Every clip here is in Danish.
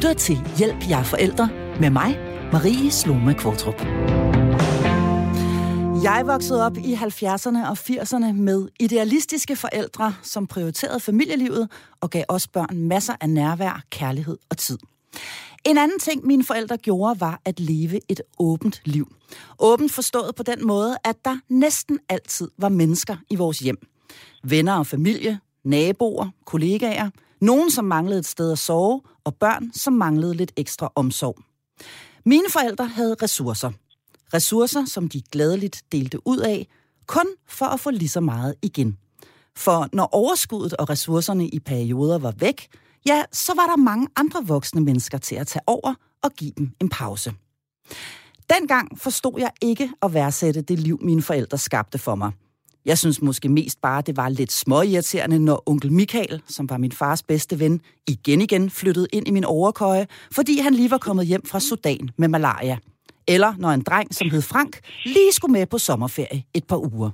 lytter til Hjælp, jeg er forælder med mig, Marie Sloma Kvartrup. Jeg voksede op i 70'erne og 80'erne med idealistiske forældre, som prioriterede familielivet og gav os børn masser af nærvær, kærlighed og tid. En anden ting, mine forældre gjorde, var at leve et åbent liv. Åbent forstået på den måde, at der næsten altid var mennesker i vores hjem. Venner og familie, naboer, kollegaer, nogen som manglede et sted at sove, og børn som manglede lidt ekstra omsorg. Mine forældre havde ressourcer. Ressourcer, som de gladeligt delte ud af, kun for at få lige så meget igen. For når overskuddet og ressourcerne i perioder var væk, ja, så var der mange andre voksne mennesker til at tage over og give dem en pause. Dengang forstod jeg ikke at værdsætte det liv, mine forældre skabte for mig. Jeg synes måske mest bare, det var lidt småirriterende, når onkel Michael, som var min fars bedste ven, igen flyttede ind i min overkøje, fordi han lige var kommet hjem fra Sudan med malaria. Eller når en dreng, som hed Frank, lige skulle med på sommerferie et par uger.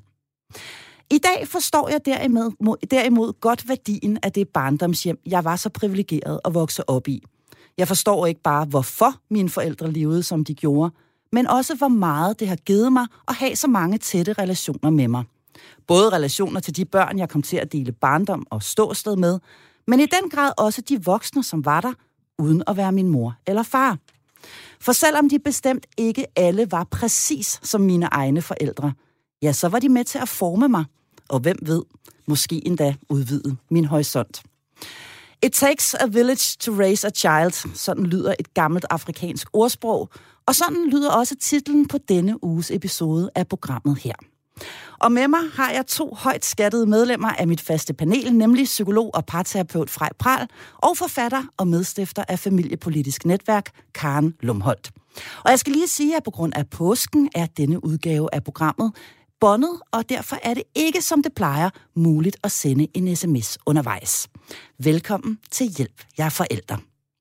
I dag forstår jeg derimod godt værdien af det barndomshjem, jeg var så privilegeret at vokse op i. Jeg forstår ikke bare, hvorfor mine forældre levede, som de gjorde, men også, hvor meget det har givet mig at have så mange tætte relationer med mig. Både relationer til de børn, jeg kom til at dele barndom og ståsted med, men i den grad også de voksne, som var der, uden at være min mor eller far. For selvom de bestemt ikke alle var præcis som mine egne forældre, ja, så var de med til at forme mig, og hvem ved, måske endda udvide min horisont. It takes a village to raise a child, sådan lyder et gammelt afrikansk ordsprog, og sådan lyder også titlen på denne uges episode af programmet her. Og med mig har jeg 2 højt skattede medlemmer af mit faste panel, nemlig psykolog og parterapeut Frej Pral og forfatter og medstifter af Familiepolitisk Netværk, Karen Lumholdt. Og jeg skal lige sige, at på grund af påsken er denne udgave af programmet båndet, og derfor er det ikke, som det plejer, muligt at sende en sms undervejs. Velkommen til Hjælp, jeg er forælder.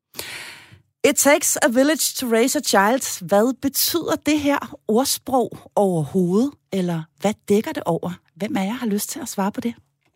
It takes a village to raise a child. Hvad betyder det her ordsprog overhovedet? Eller hvad dækker det over? Hvem af jer har lyst til at svare på det?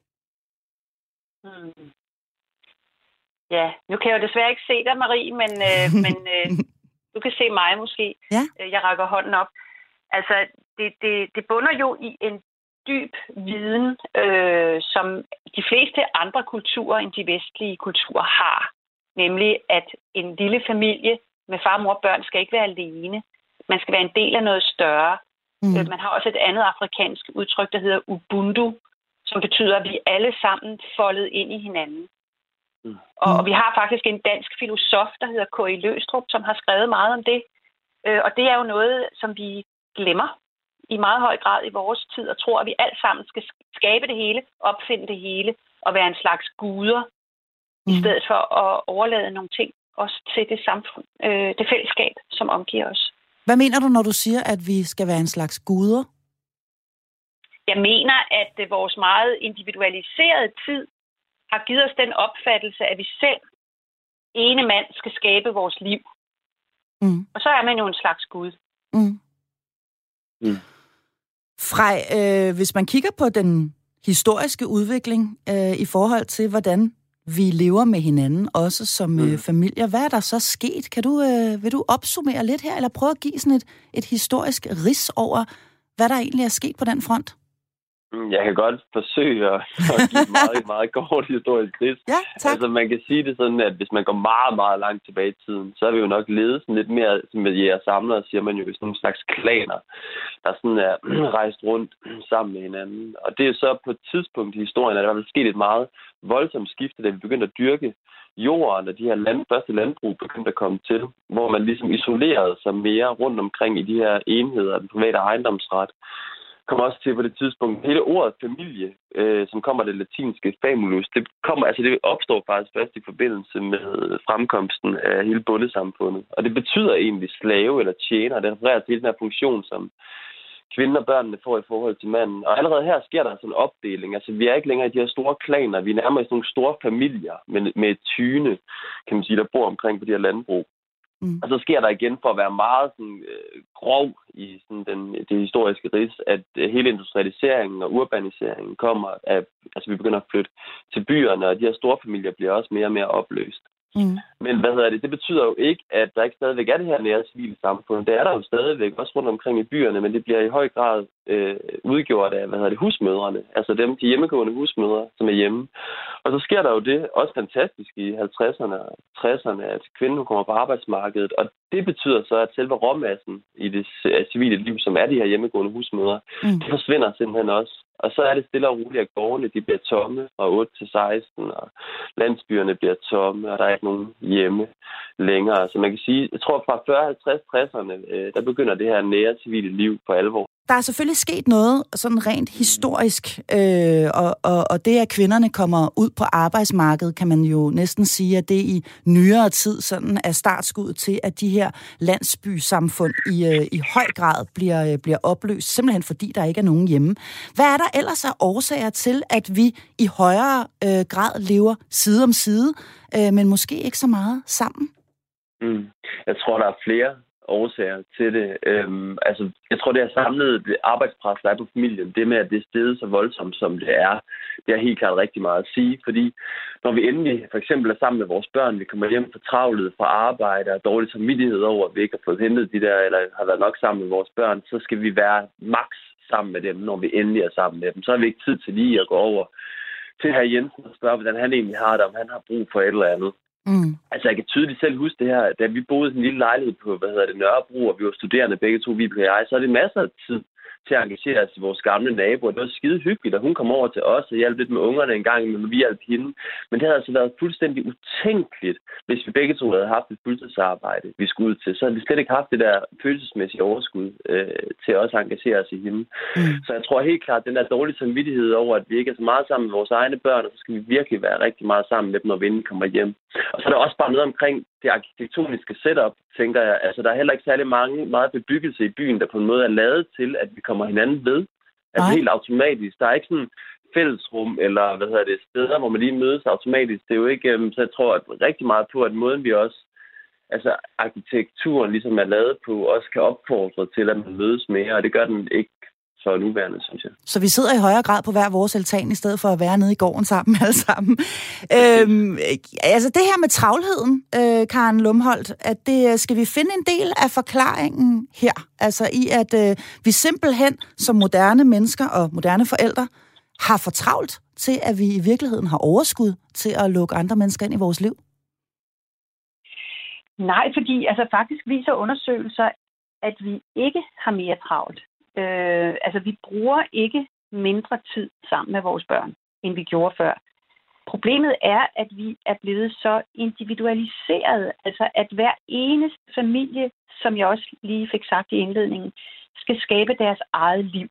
Ja, nu kan jeg jo desværre ikke se dig, Marie, men du kan se mig måske. Ja. Jeg rækker hånden op. Altså, det bunder jo i en dyb viden, som de fleste andre kulturer end de vestlige kulturer har. Nemlig, at en lille familie med far, mor og børn skal ikke være alene. Man skal være en del af noget større. Man har også et andet afrikansk udtryk, der hedder Ubuntu, som betyder, at vi alle sammen foldet ind i hinanden. Og vi har faktisk en dansk filosof, der hedder K.I. Løgstrup, som har skrevet meget om det. Og det er jo noget, som vi glemmer i meget høj grad i vores tid, og tror, at vi alle sammen skal skabe det hele, opfinde det hele, og være en slags guder, i stedet for at overlade nogle ting også til det samfund, det fællesskab, som omgiver os. Hvad mener du, når du siger, at vi skal være en slags guder? Jeg mener, at vores meget individualiserede tid har givet os den opfattelse, at vi selv, ene mand, skal skabe vores liv. Og så er man jo en slags gud. Frej, hvis man kigger på den historiske udvikling i forhold til, hvordan vi lever med hinanden, også som familier. Hvad er der så sket? Vil du opsummere lidt her, eller prøve at give sådan et historisk rids over, hvad der egentlig er sket på den front? Jeg kan godt forsøge at give et meget, meget kort historisk rids. Ja, tak. Altså, man kan sige det sådan, at hvis man går meget, meget langt tilbage i tiden, så er vi jo nok ledet sådan lidt mere med jæger samlere, siger man jo, sådan nogle slags klaner, der sådan er rejst rundt sammen med hinanden. Og det er jo så på et tidspunkt i historien, at der er sket et meget voldsomt skifte, da vi begyndte at dyrke jorden, og de her første landbrug begyndte at komme til, hvor man ligesom isolerede sig mere rundt omkring i de her enheder, den private ejendomsret. Kommer også til på det tidspunkt. Hele ordet familie, som kommer af det latinske famulus, det opstår faktisk først i forbindelse med fremkomsten af hele bondesamfundet. Og det betyder egentlig slave eller tjener. Det refererer til den her funktion, som kvinden og børnene får i forhold til manden. Og allerede her sker der sådan en opdeling. Altså, vi er ikke længere i de her store klaner. Vi er nærmere i sådan nogle store familier med et tyne, kan man sige, der bor omkring på de her landbrug. Og så sker der igen, for at være meget sådan, grov i sådan det historiske rids, at hele industrialiseringen og urbaniseringen kommer af, altså vi begynder at flytte til byerne, og de her store familier bliver også mere og mere opløst. Mm. Men det betyder jo ikke, at der ikke stadigvæk er det her nære civile samfund. Det er der jo stadigvæk, også rundt omkring i byerne, men det bliver i høj grad udgjort af, husmødrene. Altså de hjemmegående husmødre, som er hjemme. Og så sker der jo det, også fantastisk i 50'erne og 60'erne, at kvinden kommer på arbejdsmarkedet. Og det betyder så, at selve råmassen i det civile liv, som er de her hjemmegående husmødre, det forsvinder simpelthen også. Og så er det stille og roligt, at gårdene de bliver tomme fra 8 til 16, og landsbyerne bliver tomme, og der er ikke nogen hjemme længere. Så man kan sige, jeg tror fra 40, 50, 60'erne, der begynder det her nære civile liv for alvor. Der er selvfølgelig sket noget sådan rent historisk, og det, at kvinderne kommer ud på arbejdsmarkedet, kan man jo næsten sige, at det i nyere tid sådan er startskuddet til, at de her landsbysamfund i høj grad bliver opløst, simpelthen fordi der ikke er nogen hjemme. Hvad er der ellers af årsager til, at vi i højere grad lever side om side, men måske ikke så meget sammen? Jeg tror, der er flere årsager til det. Jeg tror, det er samlet arbejdspres, der er på familien. Det med, at det er steget så voldsomt, som det er, det er helt klart rigtig meget at sige. Fordi når vi endelig for eksempel er sammen med vores børn, vi kommer hjem fra travlet fra arbejde og dårlig samvittighed over, at vi ikke har fået hentet de der, eller har været nok sammen med vores børn, så skal vi være maks sammen med dem, når vi endelig er sammen med dem. Så har vi ikke tid til lige at gå over til hr. Jensen og spørge, hvordan han egentlig har det, om han har brug for et eller andet. Altså, jeg kan tydeligt selv huske det her, da vi boede i en lille lejlighed på, Nørrebro, og vi var studerende begge to, Vibeke og jeg, så er det masser af tid til at engagere os i vores gamle naboer. Det var skide hyggeligt, og hun kom over til os og hjalp lidt med ungerne en gang, men vi hjalp hende. Men det havde altså været fuldstændig utænkeligt, hvis vi begge to havde haft et fuldtidsarbejde, vi skulle ud til. Så havde vi slet ikke haft det der følelsesmæssige overskud til også at engagere os i hende. Så jeg tror helt klart, at den der dårlige samvittighed over, at vi ikke er så meget sammen med vores egne børn, og så skal vi virkelig være rigtig meget sammen med dem, når vi endelig kommer hjem. Og så er der også bare noget omkring det arkitektoniske setup, tænker jeg. Altså, der er heller ikke særlig meget bebyggelse i byen, der på en måde er lavet til, at vi kommer hinanden ved. Altså helt automatisk. Der er ikke sådan fællesrum eller steder, hvor man lige mødes automatisk. Det er jo ikke, så jeg tror at rigtig meget på, at måden vi også, altså arkitekturen ligesom er lavet på, også kan opfordre til, at man mødes mere, og det gør den ikke så nuværende, synes jeg. Så vi sidder i højere grad på hver vores altan, i stedet for at være nede i gården sammen alle sammen. Altså det her med travlheden, Karen Lumholt, at det, skal vi finde en del af forklaringen her? Altså i, at vi simpelthen som moderne mennesker og moderne forældre har for travlt til, at vi i virkeligheden har overskud til at lukke andre mennesker ind i vores liv? Nej, fordi altså faktisk viser undersøgelser, at vi ikke har mere travlt. Vi bruger ikke mindre tid sammen med vores børn, end vi gjorde før. Problemet er, at vi er blevet så individualiseret, altså at hver eneste familie, som jeg også lige fik sagt i indledningen, skal skabe deres eget liv.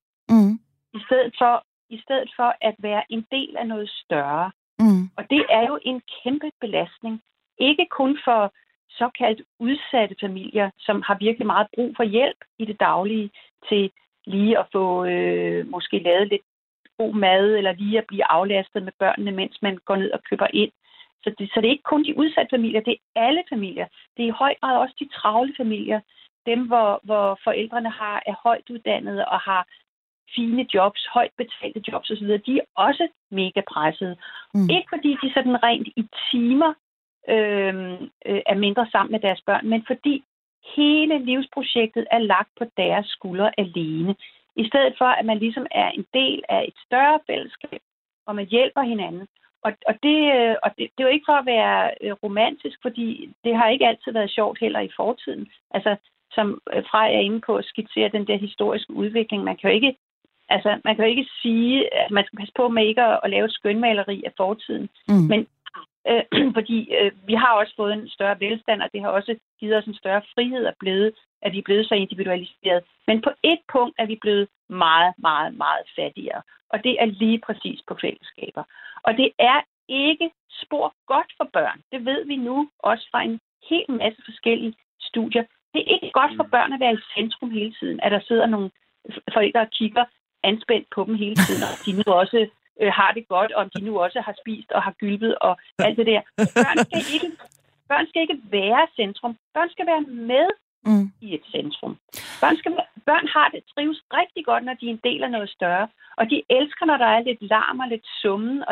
I stedet for at være en del af noget større. Og det er jo en kæmpe belastning. Ikke kun for såkaldt udsatte familier, som har virkelig meget brug for hjælp i det daglige til lige at få måske lavet lidt god mad, eller lige at blive aflastet med børnene, mens man går ned og køber ind. Så det er ikke kun de udsatte familier, det er alle familier. Det er i høj grad også de travle familier. Dem, hvor forældrene er højt uddannede og har fine jobs, højt betalte jobs osv., de er også mega pressede. Ikke fordi de sådan rent i timer er mindre sammen med deres børn, men fordi hele livsprojektet er lagt på deres skuldre alene. I stedet for, at man ligesom er en del af et større fællesskab, og man hjælper hinanden. Og det er jo ikke for at være romantisk, fordi det har ikke altid været sjovt heller i fortiden. Altså, som Frej er inde på at skitsere den der historiske udvikling. Man kan jo ikke sige, at man skal passe på med ikke at lave et skønmaleri af fortiden. Men fordi vi har også fået en større velstand, og det har også givet os en større frihed at vi er blevet så individualiseret. Men på et punkt er vi blevet meget, meget, meget fattigere. Og det er lige præcis på fællesskaber. Og det er ikke spor godt for børn. Det ved vi nu også fra en hel masse forskellige studier. Det er ikke godt for børn at være i centrum hele tiden, at der sidder nogle forældre og kigger anspændt på dem hele tiden, og de nu også har det godt, om de nu også har spist og har gylpet og alt det der. Børn skal ikke være centrum. Børn skal være med i et centrum. Børn trives rigtig godt, når de er en del af noget større. Og de elsker, når der er lidt larm og lidt summen og lidt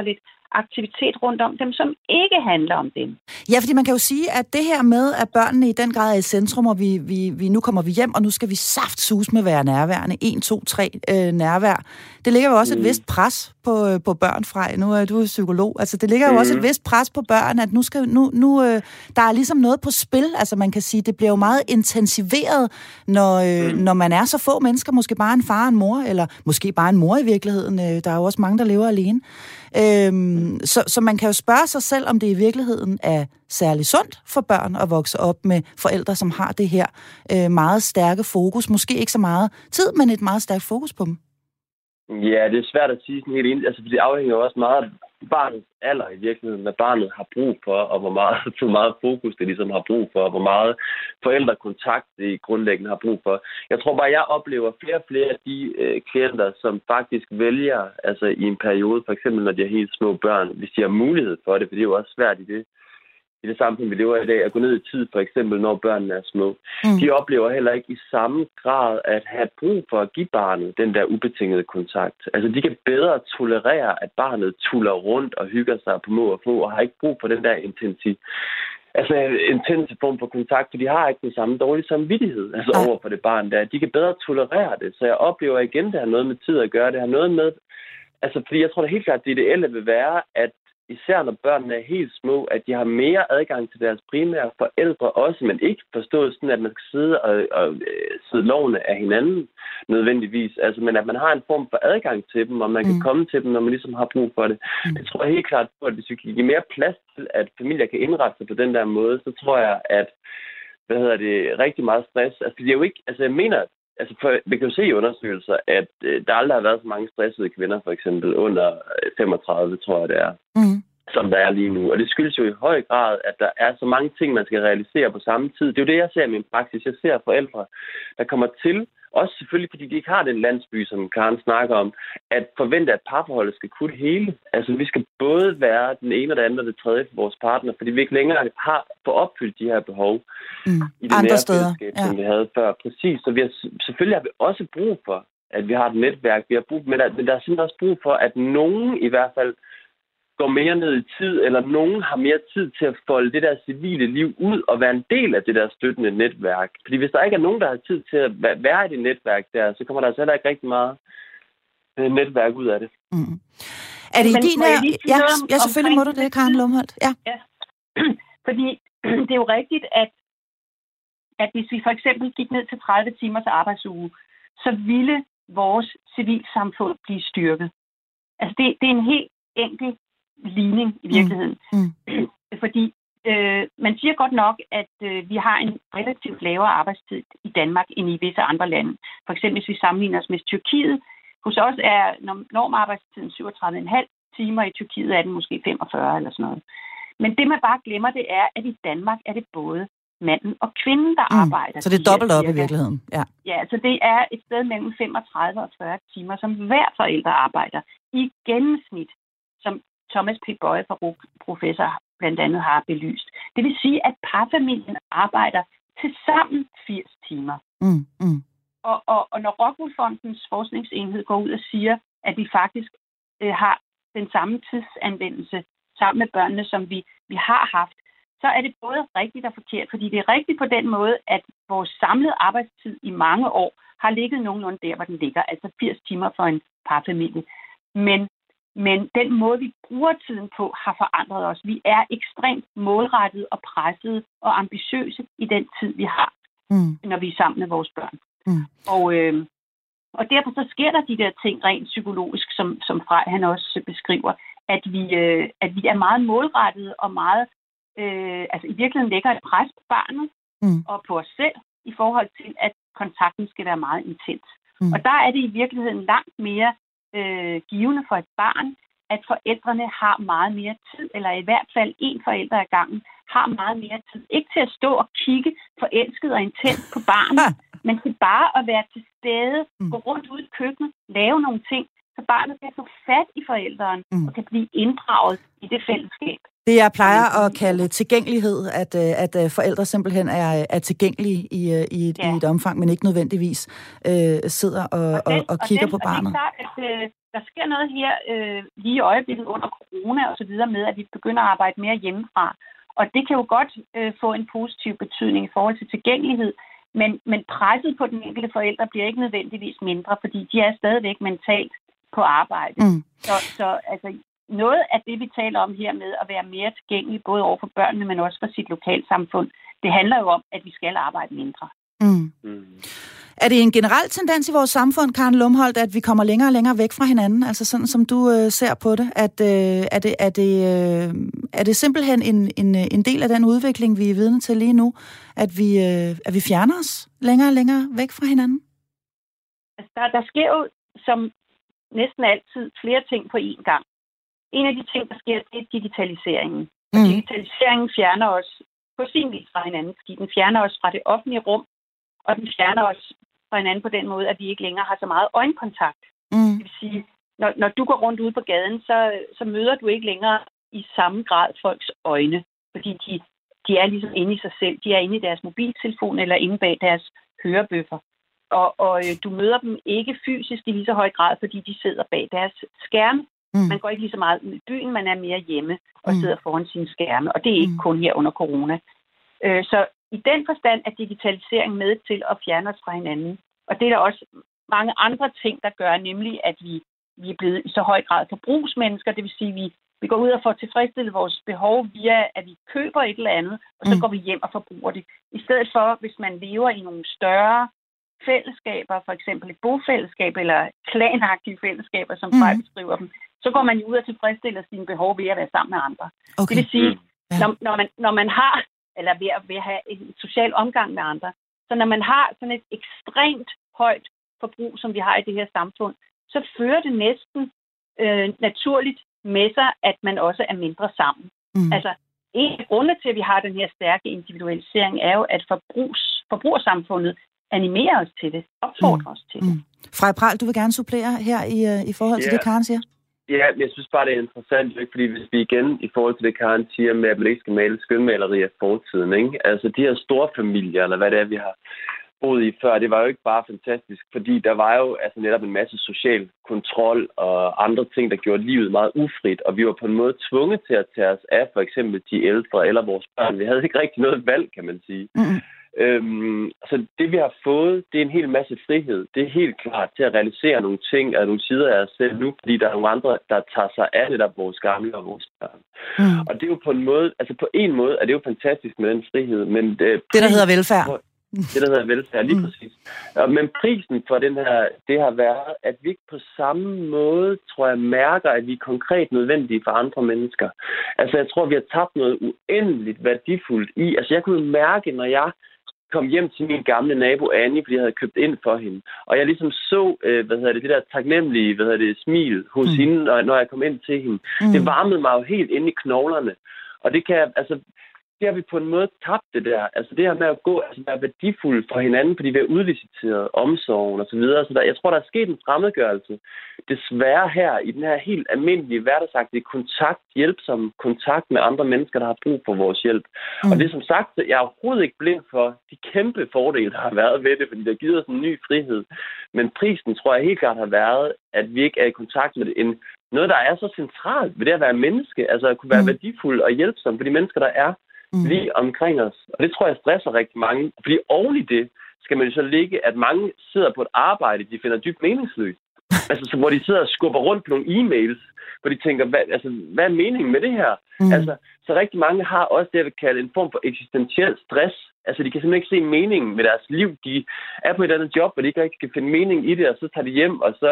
aktivitet rundt om dem, som ikke handler om dem. Ja, fordi man kan jo sige, at det her med, at børnene i den grad er i centrum, og vi nu kommer vi hjem, og nu skal vi saftsus med være nærværende. 1, 2, 3 nærvær. Det ligger jo også et vist pres på børn fra. Nu er du psykolog. Altså, det ligger jo også et vist pres på børn, at nu der er ligesom noget på spil. Altså, man kan sige, det bliver jo meget intensiveret, når man er så få mennesker, måske bare en far og en mor, eller måske bare en mor i virkeligheden. Der er jo også mange, der lever alene. Så man kan jo spørge sig selv, om det i virkeligheden er særlig sundt for børn at vokse op med forældre, som har det her meget stærke fokus. Måske ikke så meget tid, men et meget stærkt fokus på dem. Ja, det er svært at sige sådan helt enkelt. Altså, det afhænger også meget af barnets alder i virkeligheden, hvad barnet har brug for, og hvor meget fokus det ligesom har brug for, og hvor meget forældrekontakt det grundlæggende har brug for. Jeg tror bare, jeg oplever flere og flere af de klienter, som faktisk vælger, altså i en periode, for eksempel når de har helt små børn, hvis de har mulighed for det, for det er jo også svært i det samfund, vi lever i dag, at gå ned i tid, for eksempel, når børnene er små. De oplever heller ikke i samme grad at have brug for at give barnet den der ubetingede kontakt. Altså, de kan bedre tolerere, at barnet tuller rundt og hygger sig på må og få, og har ikke brug for den der intense form for kontakt, for de har ikke den samme dårlige samvittighed over for det barn der. De kan bedre tolerere det, så jeg oplever igen, det har noget med tid at gøre. Det har noget med, altså, fordi jeg tror da helt klart, at det ideelle vil være, at især når børnene er helt små, at de har mere adgang til deres primære forældre også, men ikke forstået sådan, at man skal sidde og sidde lovene af hinanden nødvendigvis. Altså, men at man har en form for adgang til dem, og man kan komme til dem, når man ligesom har brug for det. Det tror jeg helt klart på, at hvis vi kan give mere plads til, at familier kan indrette sig på den der måde, så tror jeg, at rigtig meget stress. Altså, det er jo ikke, altså jeg mener, altså, vi kan jo se i undersøgelser, at der aldrig har været så mange stressede kvinder, for eksempel under 35, tror jeg det er, som der er lige nu. Og det skyldes jo i høj grad, at der er så mange ting, man skal realisere på samme tid. Det er jo det, jeg ser i min praksis. Jeg ser forældre, der kommer til, også selvfølgelig, fordi de ikke har den landsby, som Karen snakker om, at forvente, at parforholdet skal kunne det hele. Altså, vi skal både være den ene og det andet og det tredje for vores partner, fordi vi ikke længere har fået opfyldt de her behov i det nære fællesskab, som vi havde før. Præcis. Så selvfølgelig har vi også brug for, at vi har et netværk. Vi har brug, men der er simpelthen også brug for, at nogen i hvert fald går mere ned i tid, eller nogen har mere tid til at folde det der civile liv ud og være en del af det der støttende netværk. Fordi hvis der ikke er nogen, der har tid til at være i det netværk der, så kommer der altså heller ikke rigtig meget netværk ud af det. Er det i din... Ja, selvfølgelig må du det, Karen Lumholt. Ja. Fordi det er jo rigtigt, at hvis vi for eksempel gik ned til 30 timers arbejdsuge, så ville vores civilsamfund blive styrket. Altså det er en helt enkel ligning i virkeligheden. Fordi man siger godt nok, at vi har en relativt lavere arbejdstid i Danmark end i visse andre lande. For eksempel hvis vi sammenligner os med Tyrkiet. Hos os er normarbejdstiden 37,5 timer. I Tyrkiet er den måske 45 eller sådan noget. Men det man bare glemmer, det er, at i Danmark er det både manden og kvinden, der arbejder. Så det er dobbelt op i virkeligheden. Ja, så det er et sted mellem 35 og 40 timer, som hver forælder arbejder i gennemsnit, som Thomas P. Boye, professor, blandt andet har belyst. Det vil sige, at parfamilien arbejder til sammen 80 timer. Og når Rockwool Fondens forskningsenhed går ud og siger, at vi faktisk har den samme tidsanvendelse sammen med børnene, som vi har haft, så er det både rigtigt og forkert. Fordi det er rigtigt på den måde, at vores samlede arbejdstid i mange år har ligget nogenlunde der, hvor den ligger. Altså 80 timer for en parfamilie. Men den måde, vi bruger tiden på, har forandret os. Vi er ekstremt målrettede og pressede og ambitiøse i den tid, vi har, når vi er sammen med vores børn. Og derfor så sker der de der ting rent psykologisk, som Frej han også beskriver, at vi er meget målrettede og meget, altså i virkeligheden lægger et pres på barnet og på os selv i forhold til, at kontakten skal være meget intens. Og der er det i virkeligheden langt mere givende for et barn, at forældrene har meget mere tid, eller i hvert fald en forælder ad gangen har meget mere tid. Ikke til at stå og kigge forelsket og intens på barnet, men til bare at være til stede, gå rundt ud i køkkenet, lave nogle ting, så barnet kan få fat i forældren og kan blive inddraget i det fællesskab. Det jeg plejer at kalde tilgængelighed, at forældre simpelthen er tilgængelige i et omfang, men ikke nødvendigvis sidder og kigger på barnet. Og det er klart, der sker noget her lige i øjeblikket under corona og så videre med, at vi begynder at arbejde mere hjemmefra. Og det kan jo godt få en positiv betydning i forhold til tilgængelighed, men presset på den enkelte forælder bliver ikke nødvendigvis mindre, fordi de er stadigvæk mentalt på arbejde. Så altså, noget af det, vi taler om her med at være mere tilgængelig, både over for børnene, men også for sit lokalsamfund, det handler jo om, at vi skal arbejde mindre. Er det en generel tendens i vores samfund, Karen Lumholt, at vi kommer længere og længere væk fra hinanden? Altså sådan, som du ser på det. Er det simpelthen en del af den udvikling, vi er vidne til lige nu, at vi fjerner os længere og længere væk fra hinanden? Altså, der sker jo som næsten altid flere ting på én gang. En af de ting, der sker, det er digitaliseringen. Og digitaliseringen fjerner os på sin vis fra hinanden, fordi den fjerner os fra det offentlige rum, og den fjerner os fra hinanden på den måde, at vi ikke længere har så meget øjenkontakt. Det vil sige, når du går rundt ude på gaden, så møder du ikke længere i samme grad folks øjne, fordi de er ligesom inde i sig selv. De er inde i deres mobiltelefon eller inde bag deres hørebøffer. Og du møder dem ikke fysisk i lige så høj grad, fordi de sidder bag deres skærme. Man går ikke lige så meget ud i byen, man er mere hjemme og sidder foran sine skærme. Og det er ikke kun her under corona. Så i den forstand er digitalisering med til at fjerne os fra hinanden. Og det er der også mange andre ting, der gør, nemlig at vi er blevet i så høj grad forbrugsmennesker. Det vil sige, at vi går ud og får tilfredsstillet vores behov via, at vi køber et eller andet, og så går vi hjem og forbruger det. I stedet for, hvis man lever i nogle større fællesskaber, for eksempel et bofællesskab eller klanagtige fællesskaber, som Frej beskriver dem, så går man jo ud og tilfredsstiller sine behov ved at være sammen med andre. Okay. Det vil sige, når man har, eller ved at have en social omgang med andre, så når man har sådan et ekstremt højt forbrug, som vi har i det her samfund, så fører det næsten naturligt med sig, at man også er mindre sammen. Altså, en af grundene til, at vi har den her stærke individualisering, er jo, at forbrugersamfundet animerer os til det, opfordrer os til det. Frej Prahl, du vil gerne supplere her i forhold til det, Karen siger? Ja, jeg synes bare, det er interessant, ikke? Fordi hvis vi igen, i forhold til det, Karen siger, med at man ikke skal male skønmaleri af fortiden, ikke? Altså de her store familier, eller hvad det er, vi har boet i før, det var jo ikke bare fantastisk, fordi der var jo altså netop en masse social kontrol og andre ting, der gjorde livet meget ufrit, og vi var på en måde tvunget til at tage os af for eksempel de ældre eller vores børn. Vi havde ikke rigtig noget valg, kan man sige. Så det vi har fået, det er en hel masse frihed. Det er helt klart til at realisere nogle ting og nogle sider af os selv nu, fordi der er nogle andre, der tager sig af det, der vores gamle og vores børn. Og det er jo på en måde, altså på en måde er det jo fantastisk med den frihed, men det der hedder velfærd. Det, der hedder velfærd, lige præcis. Men prisen for den her, det har været, at vi ikke på samme måde, tror jeg, mærker, at vi er konkret nødvendige for andre mennesker. Altså, jeg tror, vi har tabt noget uendeligt værdifuldt i. Altså, jeg kunne mærke, når jeg kom hjem til min gamle nabo Annie, fordi jeg havde købt ind for hende. Og jeg ligesom så, det der taknemmelige, smil hos hende, når jeg kom ind til hende. Det varmede mig jo helt ind i knoglerne. Og det kan, altså, det har vi på en måde tabt det der. Altså det her med at gå, altså være værdifuld for hinanden, fordi vi har udliciteret omsorgen og så videre. Så jeg tror, der er sket en fremmedgørelse. Desværre her, i den her helt almindelige hverdagsagtige hjælpsom kontakt med andre mennesker, der har brug for vores hjælp. Og det er som sagt, jeg er overhovedet ikke blind for de kæmpe fordele, der har været ved det, fordi der giver os en ny frihed. Men prisen, tror jeg helt klart har været, at vi ikke er i kontakt med det. Noget, der er så centralt ved det at være menneske, altså at kunne være værdifuld og hjælpsom for de mennesker, der er lige omkring os. Og det tror jeg stresser rigtig mange. Fordi oven i det skal man jo så ligge, at mange sidder på et arbejde, de finder dybt meningsløst. Altså, hvor de sidder og skubber rundt på nogle e-mails, hvor de tænker, hvad er meningen med det her? Altså, så rigtig mange har også det, jeg vil kalde en form for eksistentiel stress. Altså, de kan simpelthen ikke se meningen med deres liv. De er på et andet job, og de ikke rigtig skal finde mening i det, og så tager de hjem, og så...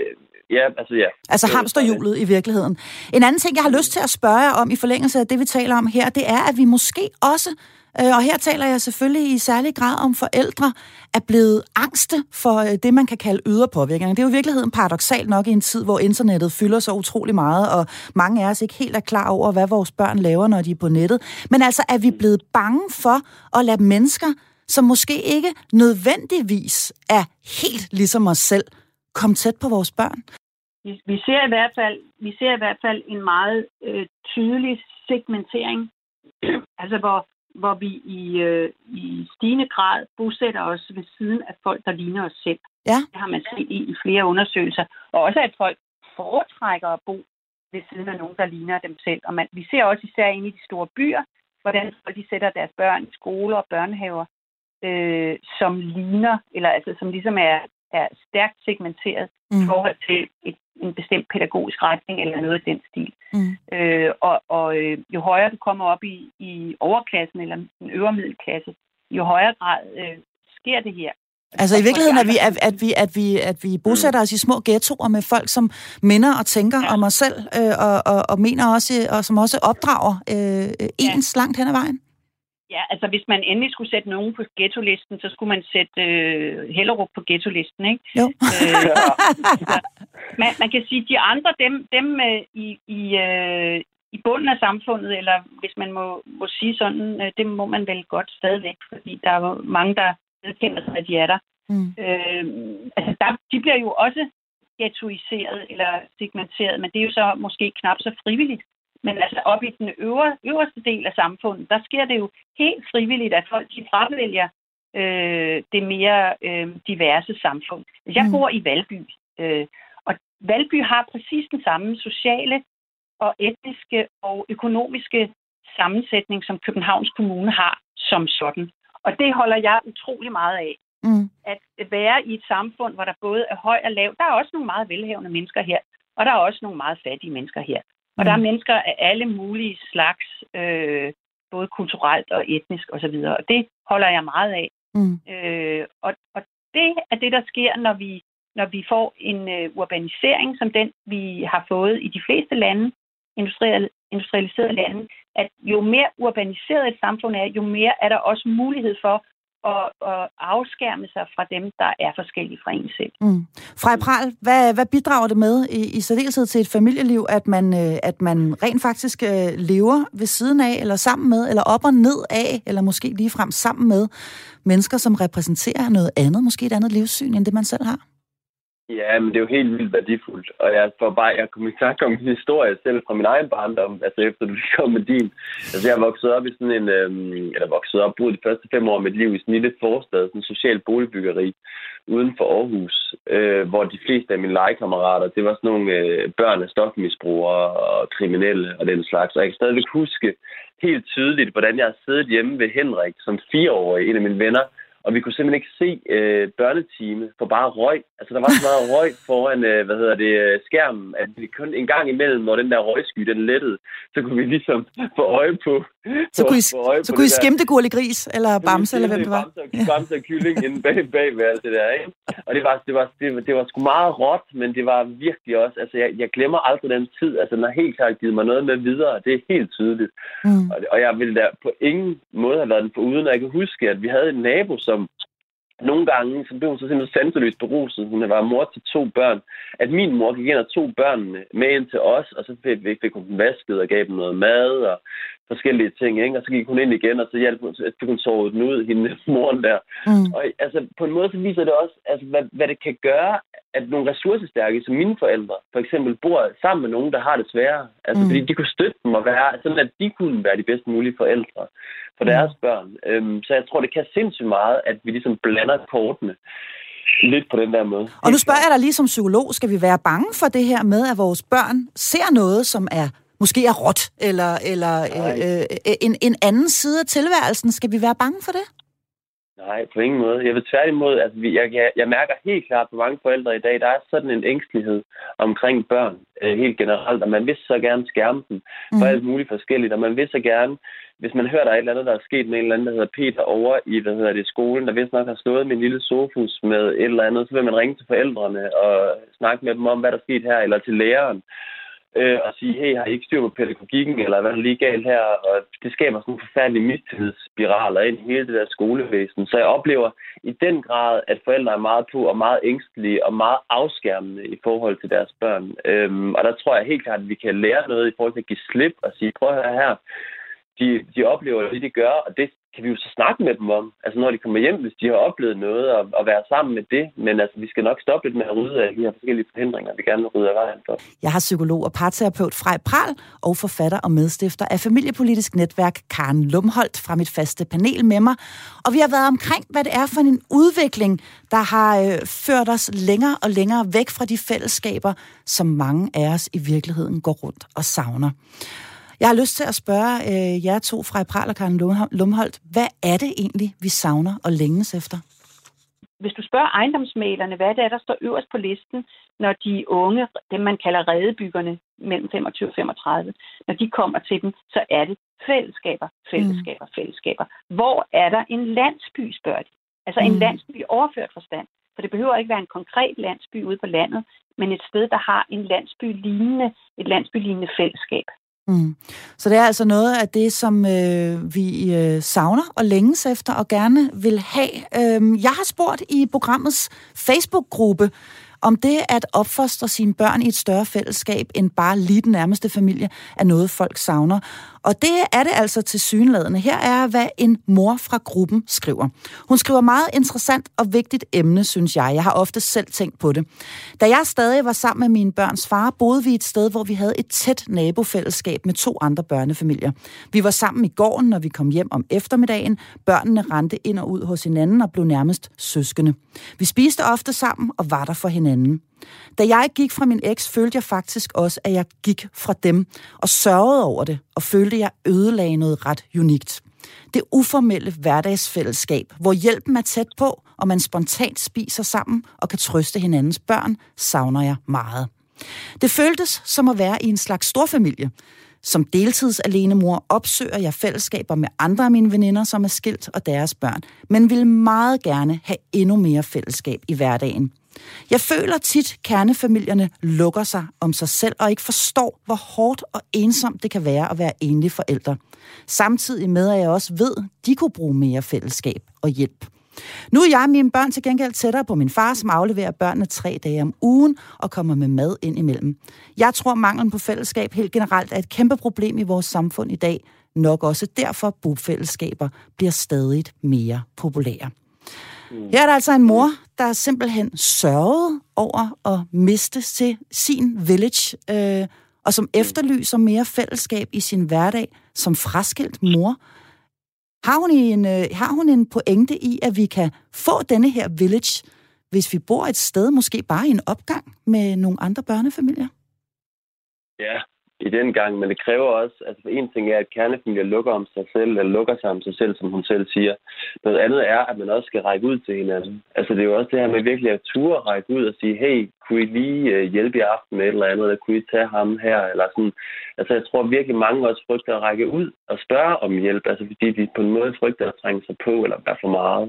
Altså hamsterhjulet i virkeligheden. En anden ting, jeg har lyst til at spørge jer om i forlængelse af det, vi taler om her, det er, at vi måske også, og her taler jeg selvfølgelig i særlig grad om forældre, er blevet angste for det, man kan kalde ydre påvirkninger. Det er jo i virkeligheden paradoksalt nok i en tid, hvor internettet fylder så utrolig meget, og mange af os ikke helt er klar over, hvad vores børn laver, når de er på nettet. Men altså, er vi blevet bange for at lade mennesker, som måske ikke nødvendigvis er helt ligesom os selv, komme tæt på vores børn? Vi ser i hvert fald en meget tydelig segmentering, altså hvor vi i stigende grad bosætter os ved siden af folk, der ligner os selv. Ja. Det har man set i flere undersøgelser. Og også at folk foretrækker at bo ved siden af nogen, der ligner dem selv. Og vi ser også især inde i de store byer, hvordan de sætter deres børn i skoler og børnehaver, som ligner, eller altså som ligesom er stærkt segmenteret i forhold til en bestemt pædagogisk retning eller noget af den stil. Jo højere du kommer op i overklassen eller den øvre middelklasse, jo højere grad sker det her. Altså i virkeligheden at vi bosætter os i små ghettoer med folk, som minder og tænker om os selv, og mener også, og som også opdrager ens langt hen ad vejen. Ja, altså hvis man endelig skulle sætte nogen på ghetto-listen, så skulle man sætte Hellerup på ghetto-listen, ikke? Jo. Man kan sige, at de andre, dem i bunden af samfundet, eller hvis man må sige sådan, det må man vel godt stadigvæk, fordi der er jo mange, der vedkender sig, at de er der. De bliver jo også ghettoiseret eller segmenteret, men det er jo så måske knap så frivilligt. Men altså op i den øverste del af samfundet, der sker det jo helt frivilligt, at folk de fravælger det mere diverse samfund. Jeg bor i Valby, og Valby har præcis den samme sociale og etniske og økonomiske sammensætning, som Københavns Kommune har som sådan. Og det holder jeg utrolig meget af. At være i et samfund, hvor der både er høj og lav. Der er også nogle meget velhavende mennesker her, og der er også nogle meget fattige mennesker her. Og der er mennesker af alle mulige slags, både kulturelt og etnisk osv. Og det holder jeg meget af. Og det er det, der sker, når vi får en urbanisering, som den, vi har fået i de fleste lande, industrialiserede lande, at jo mere urbaniseret et samfund er, jo mere er der også mulighed for at afskærme sig fra dem, der er forskellige fra en selv. Frej Pral, hvad bidrager det med i særdeleshed til et familieliv, at man rent faktisk lever ved siden af, eller sammen med, eller op og ned af, eller måske ligefrem sammen med mennesker, som repræsenterer noget andet, måske et andet livssyn, end det man selv har? Ja, men det er jo helt vildt værdifuldt. Og jeg kom i tanke om en historie selv fra min egen barndom, altså efter du kom med din. Altså jeg voksede op i sådan boede de første 5 år af mit liv i sådan en lille forstad, sådan en social boligbyggeri uden for Aarhus, hvor de fleste af mine legekammerater, det var sådan nogle børn af stofmisbrugere og kriminelle og den slags. Og jeg kan stadigvæk huske helt tydeligt, hvordan jeg havde siddet hjemme ved Henrik som 4-årig, en af mine venner, og vi kunne simpelthen ikke se børnetime for bare røg. Altså, der var så meget røg foran, skærmen, at vi kun en gang imellem, når den der røgsky, den lettede, så kunne vi ligesom få øje på... Så kunne I skimte Gurli Gris, eller Bamse, eller hvem det var? Bamse og kylling inde bag ved alt det der, ikke? Og det var sgu meget råt, men det var virkelig også... Altså, jeg glemmer aldrig den tid. Altså, den har helt klart givet mig noget med videre. Det er helt tydeligt. Og jeg ville da på ingen måde have været den foruden. Og jeg kan huske, at vi havde en nabo, som nogle gange, så blev hun så simpelthen sanseløst beruset. Hun var mor til 2 børn. At min mor gik ind og tog børnene med ind til os, og så fik hun dem vasket og gav dem noget mad og forskellige ting, ikke? Og så gik hun ind igen, og så fik hun sovet den ud, hende moren der. Og altså, på en måde så viser det også, altså, hvad det kan gøre, at nogle ressourcestærke, som mine forældre, for eksempel, bor sammen med nogen, der har det sværere. Altså, fordi de kunne støtte dem og være, sådan at de kunne være de bedst mulige forældre for deres børn. Så jeg tror, det kan sindssygt meget, at vi ligesom blander kortene lidt på den der måde. Og nu spørger jeg dig lige som psykolog, skal vi være bange for det her med, at vores børn ser noget, som måske er råt, eller en anden side af tilværelsen? Skal vi være bange for det? Nej, på ingen måde. Jeg vil tværtimod, altså jeg mærker helt klart på mange forældre i dag, der er sådan en ængstelighed omkring børn helt generelt, og man vil så gerne skærme dem for alt muligt forskelligt, og man vil så gerne, hvis man hører, der er et eller andet, der er sket med en eller anden, der hedder Peter over i skolen, der vist nok har slået med en lille sofus med et eller andet, så vil man ringe til forældrene og snakke med dem om, hvad der er sket her, eller til læreren. Og sige, hey, har I ikke styr på pædagogikken, eller hvad er der lige galt her? Og det skaber sådan nogle forfærdelige mistillidsspiraler ind i hele det der skolevæsen. Så jeg oplever i den grad, at forældre er meget på og meget ængstelige og meget afskærmende i forhold til deres børn. Og der tror jeg helt klart, at vi kan lære noget i forhold til at give slip og sige, prøv at høre her, de oplever det, de gør, og kan vi jo så snakke med dem om. Altså når de kommer hjem, hvis de har oplevet noget, og være sammen med det. Men altså, vi skal nok stoppe lidt med at rydde af de her forskellige forhindringer, vi gerne vil rydde af vejen for. Jeg har psykolog og parterapeut Frej Pral og forfatter og medstifter af familiepolitisk netværk Karen Lumholdt fra mit faste panel med mig. Og vi har været omkring, hvad det er for en udvikling, der har ført os længere og længere væk fra de fællesskaber, som mange af os i virkeligheden går rundt og savner. Jeg har lyst til at spørge jer to, Frej Pral og Karen Lumholdt, hvad er det egentlig, vi savner og længes efter? Hvis du spørger ejendomsmæglerne, hvad det er, der står øverst på listen, når de unge, dem man kalder redebyggerne mellem 25 og 35, når de kommer til dem, så er det fællesskaber. Hvor er der en landsby, spørger de? Altså en landsby i overført forstand. For det behøver ikke være en konkret landsby ude på landet, men et sted, der har et landsbylignende fællesskab. Så det er altså noget af det, som vi savner og længes efter og gerne vil have. Jeg har spurgt i programmets Facebook-gruppe, om det at opfostre sine børn i et større fællesskab end bare lige den nærmeste familie er noget, folk savner. Og det er det altså tilsyneladende. Her er, hvad en mor fra gruppen skriver. Hun skriver meget interessant og vigtigt emne, synes jeg. Jeg har ofte selv tænkt på det. Da jeg stadig var sammen med mine børns far, boede vi et sted, hvor vi havde et tæt nabofællesskab med 2 andre børnefamilier. Vi var sammen i gården, når vi kom hjem om eftermiddagen. Børnene rendte ind og ud hos hinanden og blev nærmest søskende. Vi spiste ofte sammen og var der for hinanden. Da jeg gik fra min eks, følte jeg faktisk også, at jeg gik fra dem og sørgede over det, og følte, at jeg ødelagde noget ret unikt. Det uformelle hverdagsfællesskab, hvor hjælpen er tæt på, og man spontant spiser sammen og kan trøste hinandens børn, savner jeg meget. Det føltes som at være i en slags storfamilie. Som deltidsalenemor opsøger jeg fællesskaber med andre af mine veninder, som er skilt, og deres børn, men vil meget gerne have endnu mere fællesskab i hverdagen. Jeg føler tit, kernefamilierne lukker sig om sig selv og ikke forstår, hvor hårdt og ensomt det kan være at være enlig forælder. Samtidig med, at jeg også ved, de kunne bruge mere fællesskab og hjælp. Nu er jeg og mine børn til gengæld tættere på min far, som afleverer børnene 3 dage om ugen og kommer med mad ind imellem. Jeg tror, manglen på fællesskab helt generelt er et kæmpe problem i vores samfund i dag. Nok også derfor bofællesskaber bliver stadig mere populære. Her er der altså en mor, der simpelthen sørgede over at miste til sin village, og som efterlyser mere fællesskab i sin hverdag som fraskilt mor. Har hun en pointe i, at vi kan få denne her village, hvis vi bor et sted, måske bare i en opgang med nogle andre børnefamilier? Ja, i den gang, men det kræver også, altså for en ting er, at kernefamilier lukker om sig selv, eller lukker sig om sig selv, som hun selv siger. Noget andet er, at man også skal række ud til hinanden. Altså det er jo også det her med virkelig at ture at række ud og sige, hey, kunne I lige hjælpe i aften med et eller andet, eller kunne I tage ham her, eller sådan. Altså jeg tror virkelig mange også frygter at række ud og spørge om hjælp, altså fordi de på en måde frygter at trænge sig på, eller være for meget.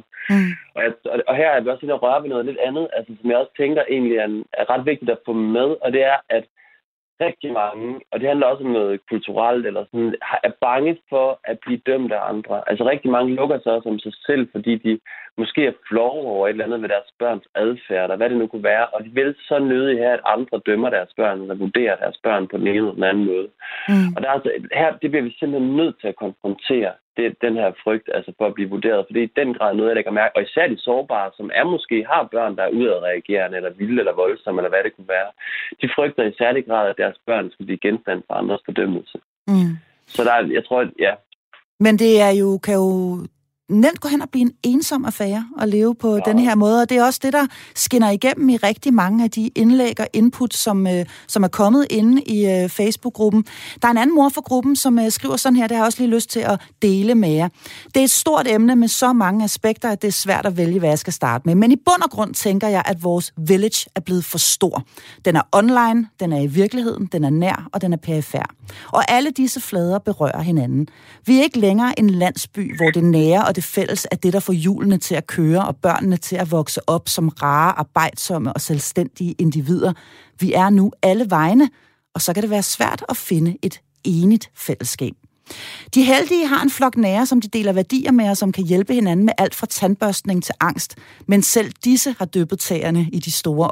Og her er vi også inde og røre ved noget lidt andet, altså som jeg også tænker egentlig er ret vigtigt at få med, og det er, at rigtig mange, og det handler også om noget kulturelt, eller sådan, er bange for at blive dømt af andre. Altså rigtig mange lukker sig også om sig selv, fordi de måske er flove over et eller andet ved deres børns adfærd, og hvad det nu kunne være, og de vil så nødig have, at andre dømmer deres børn, eller vurderer deres børn på den ene eller den anden måde. Og der er altså, her, det bliver vi simpelthen nødt til at konfrontere, den her frygt, altså for at blive vurderet, for det er i den grad noget, jeg lægger mærke, og især de sårbare, som måske har børn, der er udadreagerende, eller vilde, eller voldsomme, eller hvad det kunne være, de frygter i særlig grad, at deres børn skal blive genstand for andres fordømmelse. Så der, jeg tror, ja. Men det er jo, kan jo nemt gå hen og blive en ensom affære at leve på denne her måde, og det er også det, der skinner igennem i rigtig mange af de indlæg og input, som er kommet inde i Facebook-gruppen. Der er en anden mor for gruppen, som skriver sådan her, det har jeg også lige lyst til at dele med jer. Det er et stort emne med så mange aspekter, at det er svært at vælge, hvad jeg skal starte med. Men i bund og grund tænker jeg, at vores village er blevet for stor. Den er online, den er i virkeligheden, den er nær, og den er perifær. Og alle disse flader berører hinanden. Vi er ikke længere en landsby, hvor det nære og det fælles er det, der får hjulene til at køre og børnene til at vokse op som rare, arbejdsomme og selvstændige individer. Vi er nu alle vegne, og så kan det være svært at finde et enigt fællesskab. De heldige har en flok nære, som de deler værdier med, og som kan hjælpe hinanden med alt fra tandbørstning til angst. Men selv disse har dyppet tæerne i de store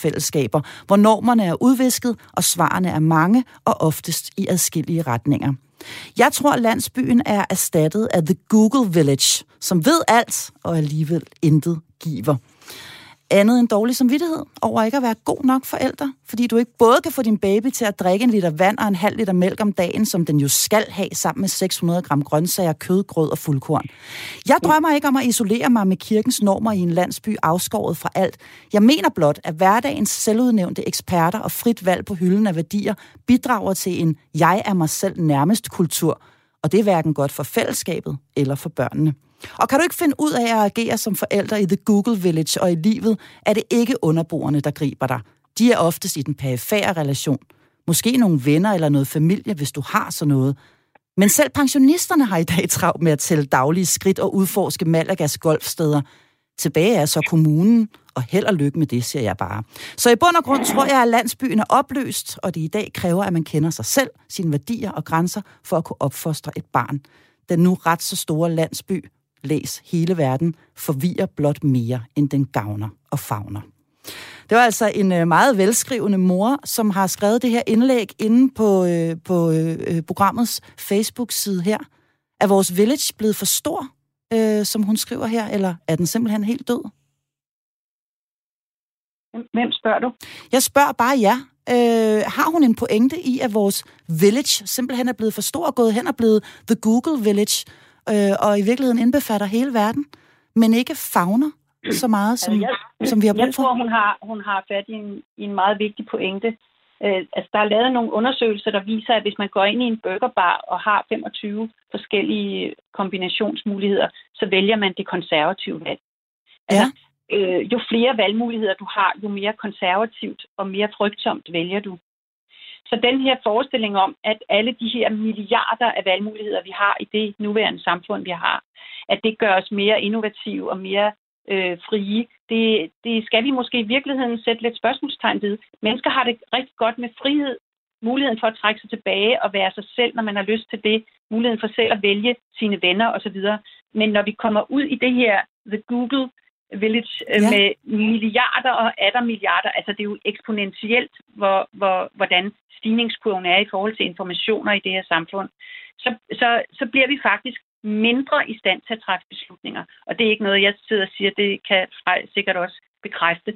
online-fællesskaber, hvor normerne er udvisket, og svarene er mange og oftest i adskillige retninger. Jeg tror, landsbyen er erstattet af The Google Village, som ved alt og alligevel intet giver. Andet end dårlig samvittighed over ikke at være god nok forælder, fordi du ikke både kan få din baby til at drikke 1 liter vand og 1,5 liter mælk om dagen, som den jo skal have sammen med 600 gram grøntsager, kød, grød og fuldkorn. Jeg drømmer ikke om at isolere mig med kirkens normer i en landsby afskåret fra alt. Jeg mener blot, at hverdagens selvudnævnte eksperter og frit valg på hylden af værdier bidrager til en jeg er mig selv nærmest kultur, og det er hverken godt for fællesskabet eller for børnene. Og kan du ikke finde ud af at agere som forældre i The Google Village og i livet, er det ikke underboerne, der griber dig. De er oftest i den perifære relation. Måske nogle venner eller noget familie, hvis du har sådan noget. Men selv pensionisterne har i dag travlt med at tælle daglige skridt og udforske Malagas golfsteder. Tilbage er så kommunen, og held og lykke med det, siger jeg bare. Så i bund og grund tror jeg, at landsbyen er opløst, og det i dag kræver, at man kender sig selv, sine værdier og grænser, for at kunne opfostre et barn. Den nu ret så store landsby, læs hele verden, forvirrer blot mere, end den gavner og favner. Det var altså en meget velskrivende mor, som har skrevet det her indlæg inde på programmets Facebook-side her. Er vores village blevet for stor, som hun skriver her, eller er den simpelthen helt død? Hvem spørger du? Jeg spørger bare jer. Har hun en pointe i, at vores village simpelthen er blevet for stor og gået hen og blevet The Google Village, og i virkeligheden indbefatter hele verden, men ikke favner så meget, som vi har brug for? Jeg tror, hun har fat i en meget vigtig pointe. Der er lavet nogle undersøgelser, der viser, at hvis man går ind i en burgerbar og har 25 forskellige kombinationsmuligheder, så vælger man det konservative valg. Ja. Jo flere valgmuligheder du har, jo mere konservativt og mere frygtsomt vælger du. Så den her forestilling om, at alle de her milliarder af valgmuligheder, vi har i det nuværende samfund, vi har, at det gør os mere innovative og mere frie, det skal vi måske i virkeligheden sætte lidt spørgsmålstegn ved. Mennesker har det rigtig godt med frihed, muligheden for at trække sig tilbage og være sig selv, når man har lyst til det, muligheden for selv at vælge sine venner osv. Men når vi kommer ud i det her The Google Village med milliarder og atter milliarder, altså det er jo eksponentielt, hvordan stigningskurven er i forhold til informationer i det her samfund, så bliver vi faktisk mindre i stand til at træffe beslutninger. Og det er ikke noget, jeg sidder og siger, det kan Frej sikkert også bekræfte,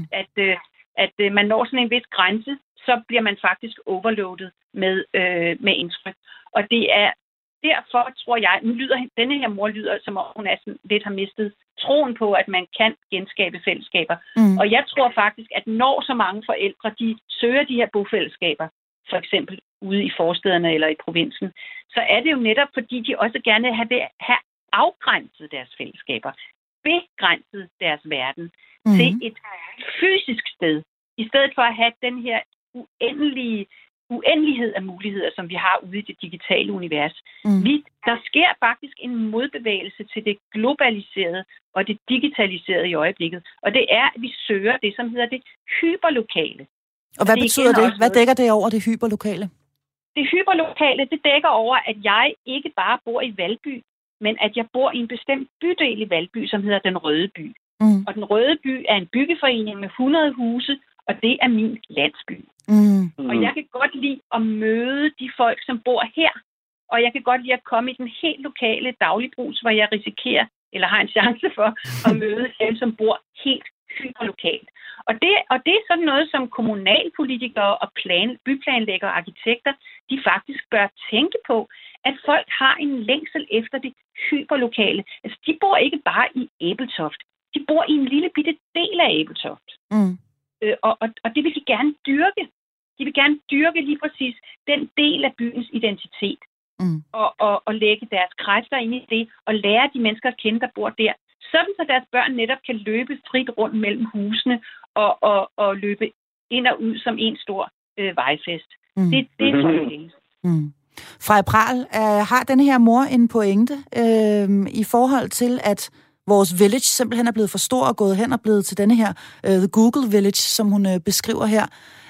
at man når sådan en vis grænse, så bliver man faktisk overloadet med indtryk. Og det er derfor, tror jeg, denne her mor lyder, som om hun er sådan lidt har mistet troen på, at man kan genskabe fællesskaber. Og jeg tror faktisk, at når så mange forældre, de søger de her bofællesskaber, for eksempel ude i forstederne eller i provinsen, så er det jo netop, fordi de også gerne vil have afgrænset deres fællesskaber, begrænset deres verden til et fysisk sted, i stedet for at have den her uendelighed af muligheder, som vi har ude i det digitale univers. Der sker faktisk en modbevægelse til det globaliserede og det digitaliserede i øjeblikket. Og det er, at vi søger det, som hedder det hyperlokale. Og hvad betyder det? Hvad dækker det over, det hyperlokale? Det hyperlokale, det dækker over, at jeg ikke bare bor i Valby, men at jeg bor i en bestemt bydel i Valby, som hedder Den Røde By. Og Den Røde By er en byggeforening med 100 huse, og det er min landsby. Og jeg kan godt lide at møde de folk, som bor her. Og jeg kan godt lide at komme i den helt lokale dagligbrugs, hvor jeg risikerer, eller har en chance for, at møde dem, som bor helt hyperlokalt. Og det er sådan noget, som kommunalpolitikere og byplanlæggere og arkitekter, de faktisk bør tænke på, at folk har en længsel efter det hyperlokale. Altså, de bor ikke bare i Ebeltoft. De bor i en lille bitte del af Ebeltoft. Og det vil de gerne dyrke. De vil gerne dyrke lige præcis den del af byens identitet. Og lægge deres kræfter ind i det, og lære de mennesker at kende, der bor der. Sådan så deres børn netop kan løbe frit rundt mellem husene og løbe ind og ud som en stor vejfest. Det er sådan det. Frej Prahl, har den her mor en pointe i forhold til, at vores village simpelthen er blevet for stor og gået hen og blevet til denne her The Google Village, som hun beskriver her?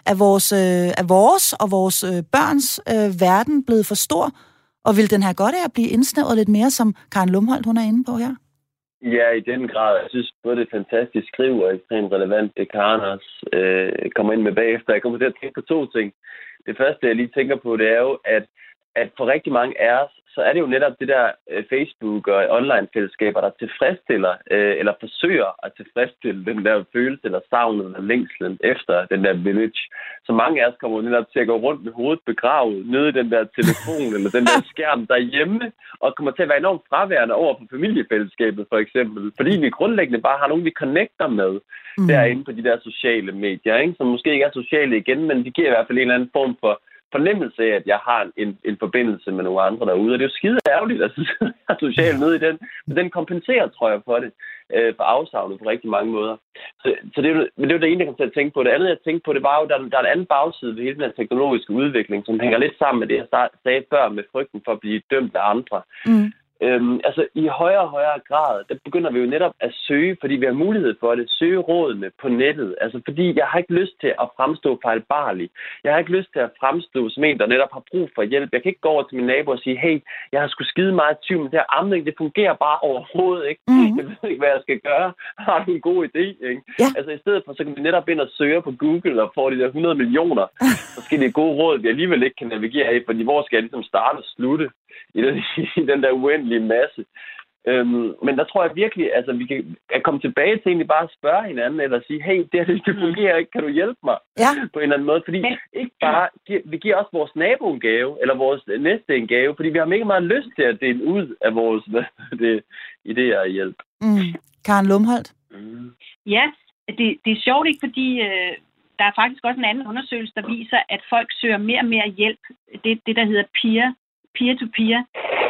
Er vores og vores børns verden blevet for stor? Og vil den have godt af at blive indsnævret lidt mere, som Karen Lumholdt, hun er inde på her? Ja, i den grad. Jeg synes både det er fantastisk skriv og ekstremt relevant, det Karen også kommer ind med bagefter. Jeg kommer til at tænke på 2 ting. Det første, jeg lige tænker på, det er jo, at for rigtig mange af os, så er det jo netop det der Facebook og online-fællesskaber, der tilfredsstiller, eller forsøger at tilfredsstille den der følelse, eller savnet, eller længslen efter den der village. Så mange af os kommer netop til at gå rundt med hovedet begravet nede i den der telefon, eller den der skærm derhjemme, og kommer til at være enormt fraværende over for familiefællesskabet, for eksempel. Fordi vi grundlæggende bare har nogen, vi connecter med derinde på de der sociale medier, ikke? Som måske ikke er sociale igen, men de giver i hvert fald en eller anden form for fornemmelse af, at jeg har en forbindelse med nogle andre derude. Og det er jo skide ærgerligt, at jeg er socialt nede i den. Men den kompenserer, tror jeg, for det. For afsavnet på rigtig mange måder. Så det er jo det ene, jeg kom til at tænke på. Det andet, jeg tænkte på, det var jo, der er en anden bagside ved hele den her teknologiske udvikling, som hænger lidt sammen med det, jeg sagde før, med frygten for at blive dømt af andre. Altså i højere og højere grad, der begynder vi jo netop at søge, fordi vi har mulighed for det, søge rådene på nettet. Altså fordi jeg har ikke lyst til at fremstå fejlbarlig. Jeg har ikke lyst til at fremstå som en, der netop har brug for hjælp. Jeg kan ikke gå over til min nabo og sige, hey, jeg har sgu skide meget tvivl, men det her amning, det fungerer bare overhovedet ikke. Jeg ved ikke, hvad jeg skal gøre. Har du en god idé, ikke? Ja. Altså i stedet for, så kan vi netop ind og søge på Google og få de der 100 millioner forskellige gode råd, vi alligevel ikke kan navigere i, fordi hvor skal jeg ligesom starte og slutte i den der uendelige masse. Men der tror jeg virkelig, altså vi kan komme tilbage til egentlig bare at spørge hinanden, eller sige, hey, det fungerer ikke, kan du hjælpe mig? Ja. På en eller anden måde. Fordi ikke bare, vi giver også vores nabo en gave, eller vores næste en gave, fordi vi har mega meget lyst til at dele ud af vores idéer og hjælp. Karen Lumholt? Ja, det er sjovt ikke, fordi der er faktisk også en anden undersøgelse, der viser, at folk søger mere og mere hjælp. Det der hedder peer-to-peer.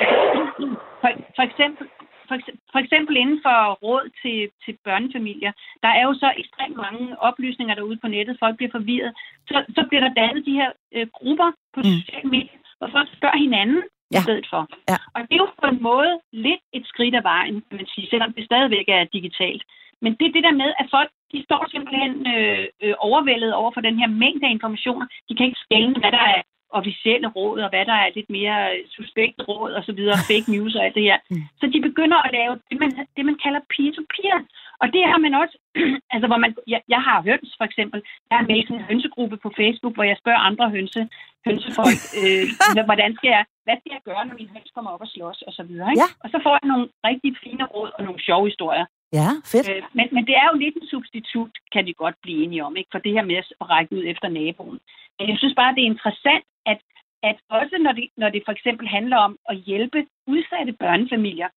For eksempel inden for råd til børnefamilier, der er jo så ekstremt mange oplysninger derude på nettet, folk bliver forvirret. Så bliver der dannet de her grupper på sociale medier, hvor folk spørger hinanden i stedet for. Ja. Og det er jo på en måde lidt et skridt af vejen, kan man sige, selvom det stadigvæk er digitalt. Men det er det der med, at folk de står simpelthen overvældet over for den her mængde af informationer. De kan ikke skelne, hvad der er officielle råd, og hvad der er lidt mere suspekte råd, og så videre, fake news og alt det her. Så de begynder at lave det, man kalder peer-to-peer. Og det har man også, altså hvor jeg har høns for eksempel, jeg har med en hønsegruppe på Facebook, hvor jeg spørger andre hønsefolk, hvad skal jeg gøre, når min høns kommer op og slås, og så videre. Ikke? Ja. Og så får jeg nogle rigtig fine råd og nogle sjove historier. Ja, fedt. Men det er jo lidt en substitut, kan vi godt blive enige om, ikke? For det her med at række ud efter naboen. Men jeg synes bare, det er interessant, at også når det for eksempel handler om at hjælpe udsatte børnefamilier,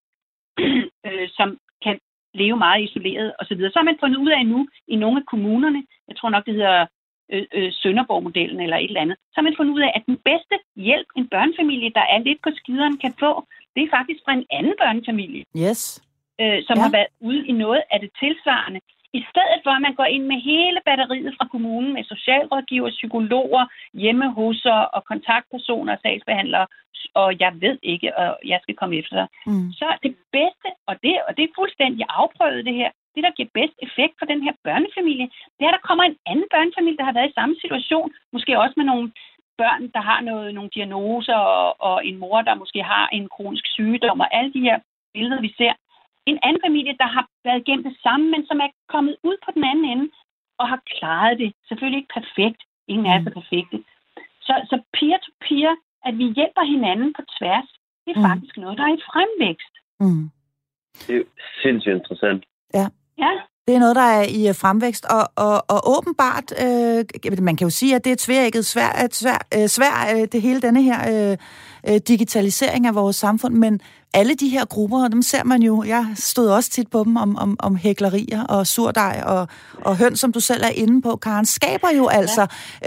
som kan leve meget isoleret osv., så har man fundet ud af nu i nogle af kommunerne, jeg tror nok, det hedder Sønderborg-modellen eller et eller andet, så har man fundet ud af, at den bedste hjælp, en børnefamilie, der er lidt på skideren, kan få, det er faktisk fra en anden børnefamilie. Yes. Som har været ude i noget af det tilsvarende. I stedet for, at man går ind med hele batteriet fra kommunen med socialrådgiver, psykologer, hjemmehusere og kontaktpersoner og sagsbehandlere, og jeg ved ikke, og jeg skal komme efter dig. Så det bedste, og det er fuldstændig afprøvet det her, det der giver bedst effekt for den her børnefamilie, det er, at der kommer en anden børnefamilie, der har været i samme situation, måske også med nogle børn, der har nogle diagnoser, og en mor, der måske har en kronisk sygdom, og alle de her billeder, vi ser. En anden familie, der har været igennem det samme, men som er kommet ud på den anden ende og har klaret det. Selvfølgelig ikke perfekt. Ingen er så perfekte. Så peer-to-peer, at vi hjælper hinanden på tværs, det er faktisk noget, der er i fremvækst. Det er sindssygt interessant. Ja. Det er noget, der er i fremvækst, og åbenbart, man kan jo sige, at det er tværægget svært, det hele denne her digitalisering af vores samfund, men alle de her grupper, dem ser man jo, jeg stod også tit på dem om hæklerier og surdej og høns, som du selv er inde på, Karen, skaber jo altså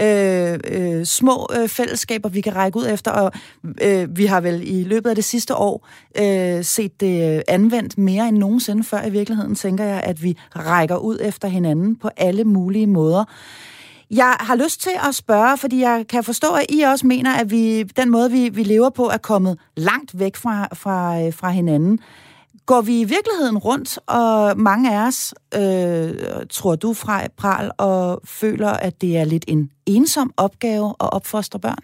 små fællesskaber, vi kan række ud efter, og vi har vel i løbet af det sidste år set det anvendt mere end nogensinde før i virkeligheden, tænker jeg, at vi rækker ud efter hinanden på alle mulige måder. Jeg har lyst til at spørge, fordi jeg kan forstå, at I også mener, at den måde, vi lever på, er kommet langt væk fra hinanden. Går vi i virkeligheden rundt, og mange af os, tror du, Pral, og føler, at det er lidt en ensom opgave at opfostre børn?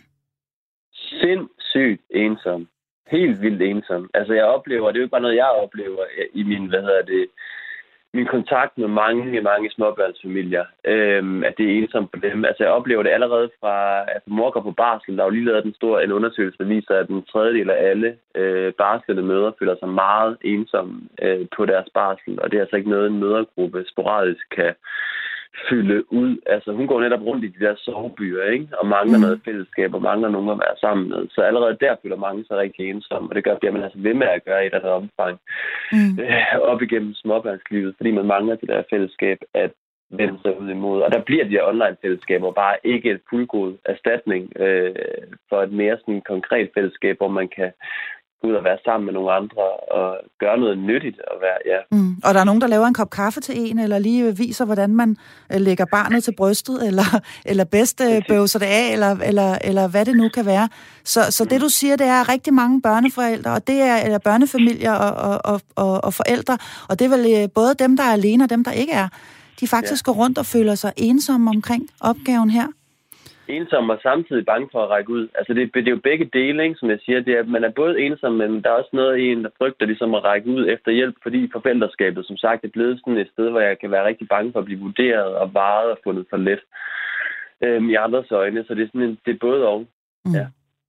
Sindssygt ensom. Helt vildt ensom. Altså jeg oplever, det er jo ikke bare noget, jeg oplever i min, min kontakt med mange småbørnsfamilier, at det er ensomt for dem. Altså, jeg oplever det allerede fra, at mor går på barsel. Der er jo lige lavet en undersøgelse, der viser, at en tredjedel af alle barslende mødre føler sig meget ensomme på deres barsel. Og det er altså ikke noget, en mødregruppe sporadisk kan fylde ud. Altså, hun går netop rundt i de der sovebyer, ikke? Og mangler noget fællesskab, og mangler nogen at være sammen med. Så allerede der føler mange sig rigtig ensomme, og det bliver man altså ved med at gøre i et eller andet omfang op igennem småbørnslivet, fordi man mangler det der fællesskab at vende sig ud imod. Og der bliver de her online-fællesskaber bare ikke et fuldgod erstatning for et mere sådan konkret fællesskab, hvor man kan ud og være sammen med nogle andre og gøre noget nyttigt. Og Og der er nogen, der laver en kop kaffe til en, eller lige viser, hvordan man lægger barnet til brystet, eller bedst bøvser det af, eller hvad det nu kan være. Så det, du siger, det er rigtig mange børneforældre, og det er eller børnefamilier og forældre, og det er vel både dem, der er alene, og dem, der ikke er. De faktisk går rundt og føler sig ensomme omkring opgaven her. Ensom og samtidig bange for at række ud. Altså det er jo begge dele, ikke, som jeg siger. Det er, at man er både ensom, men der er også noget i en, der frygter ligesom at række ud efter hjælp, fordi forældreskabet, som sagt, er blevet sådan et sted, hvor jeg kan være rigtig bange for at blive vurderet og varet og fundet for let i andres øjne. Så det er sådan det er både og. Ja.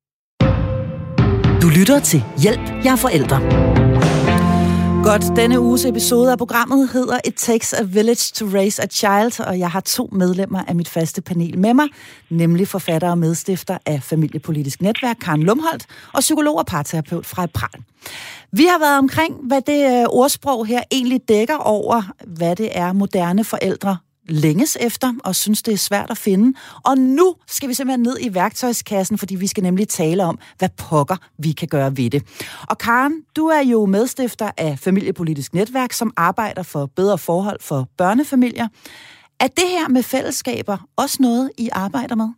Du lytter til Hjælp, jeg er forældre. Godt, denne uges episode af programmet hedder It Takes a Village to Raise a Child, og jeg har 2 medlemmer af mit faste panel med mig, nemlig forfatter og medstifter af Familiepolitisk Netværk, Karen Lumholdt, og psykolog og parterapeut fra Pral. Vi har været omkring, hvad det ordsprog her egentlig dækker over, hvad det er moderne forældre længes efter, og synes, det er svært at finde. Og nu skal vi simpelthen ned i værktøjskassen, fordi vi skal nemlig tale om, hvad pokker vi kan gøre ved det. Og Karen, du er jo medstifter af Familiepolitisk Netværk, som arbejder for bedre forhold for børnefamilier. Er det her med fællesskaber også noget, I arbejder med?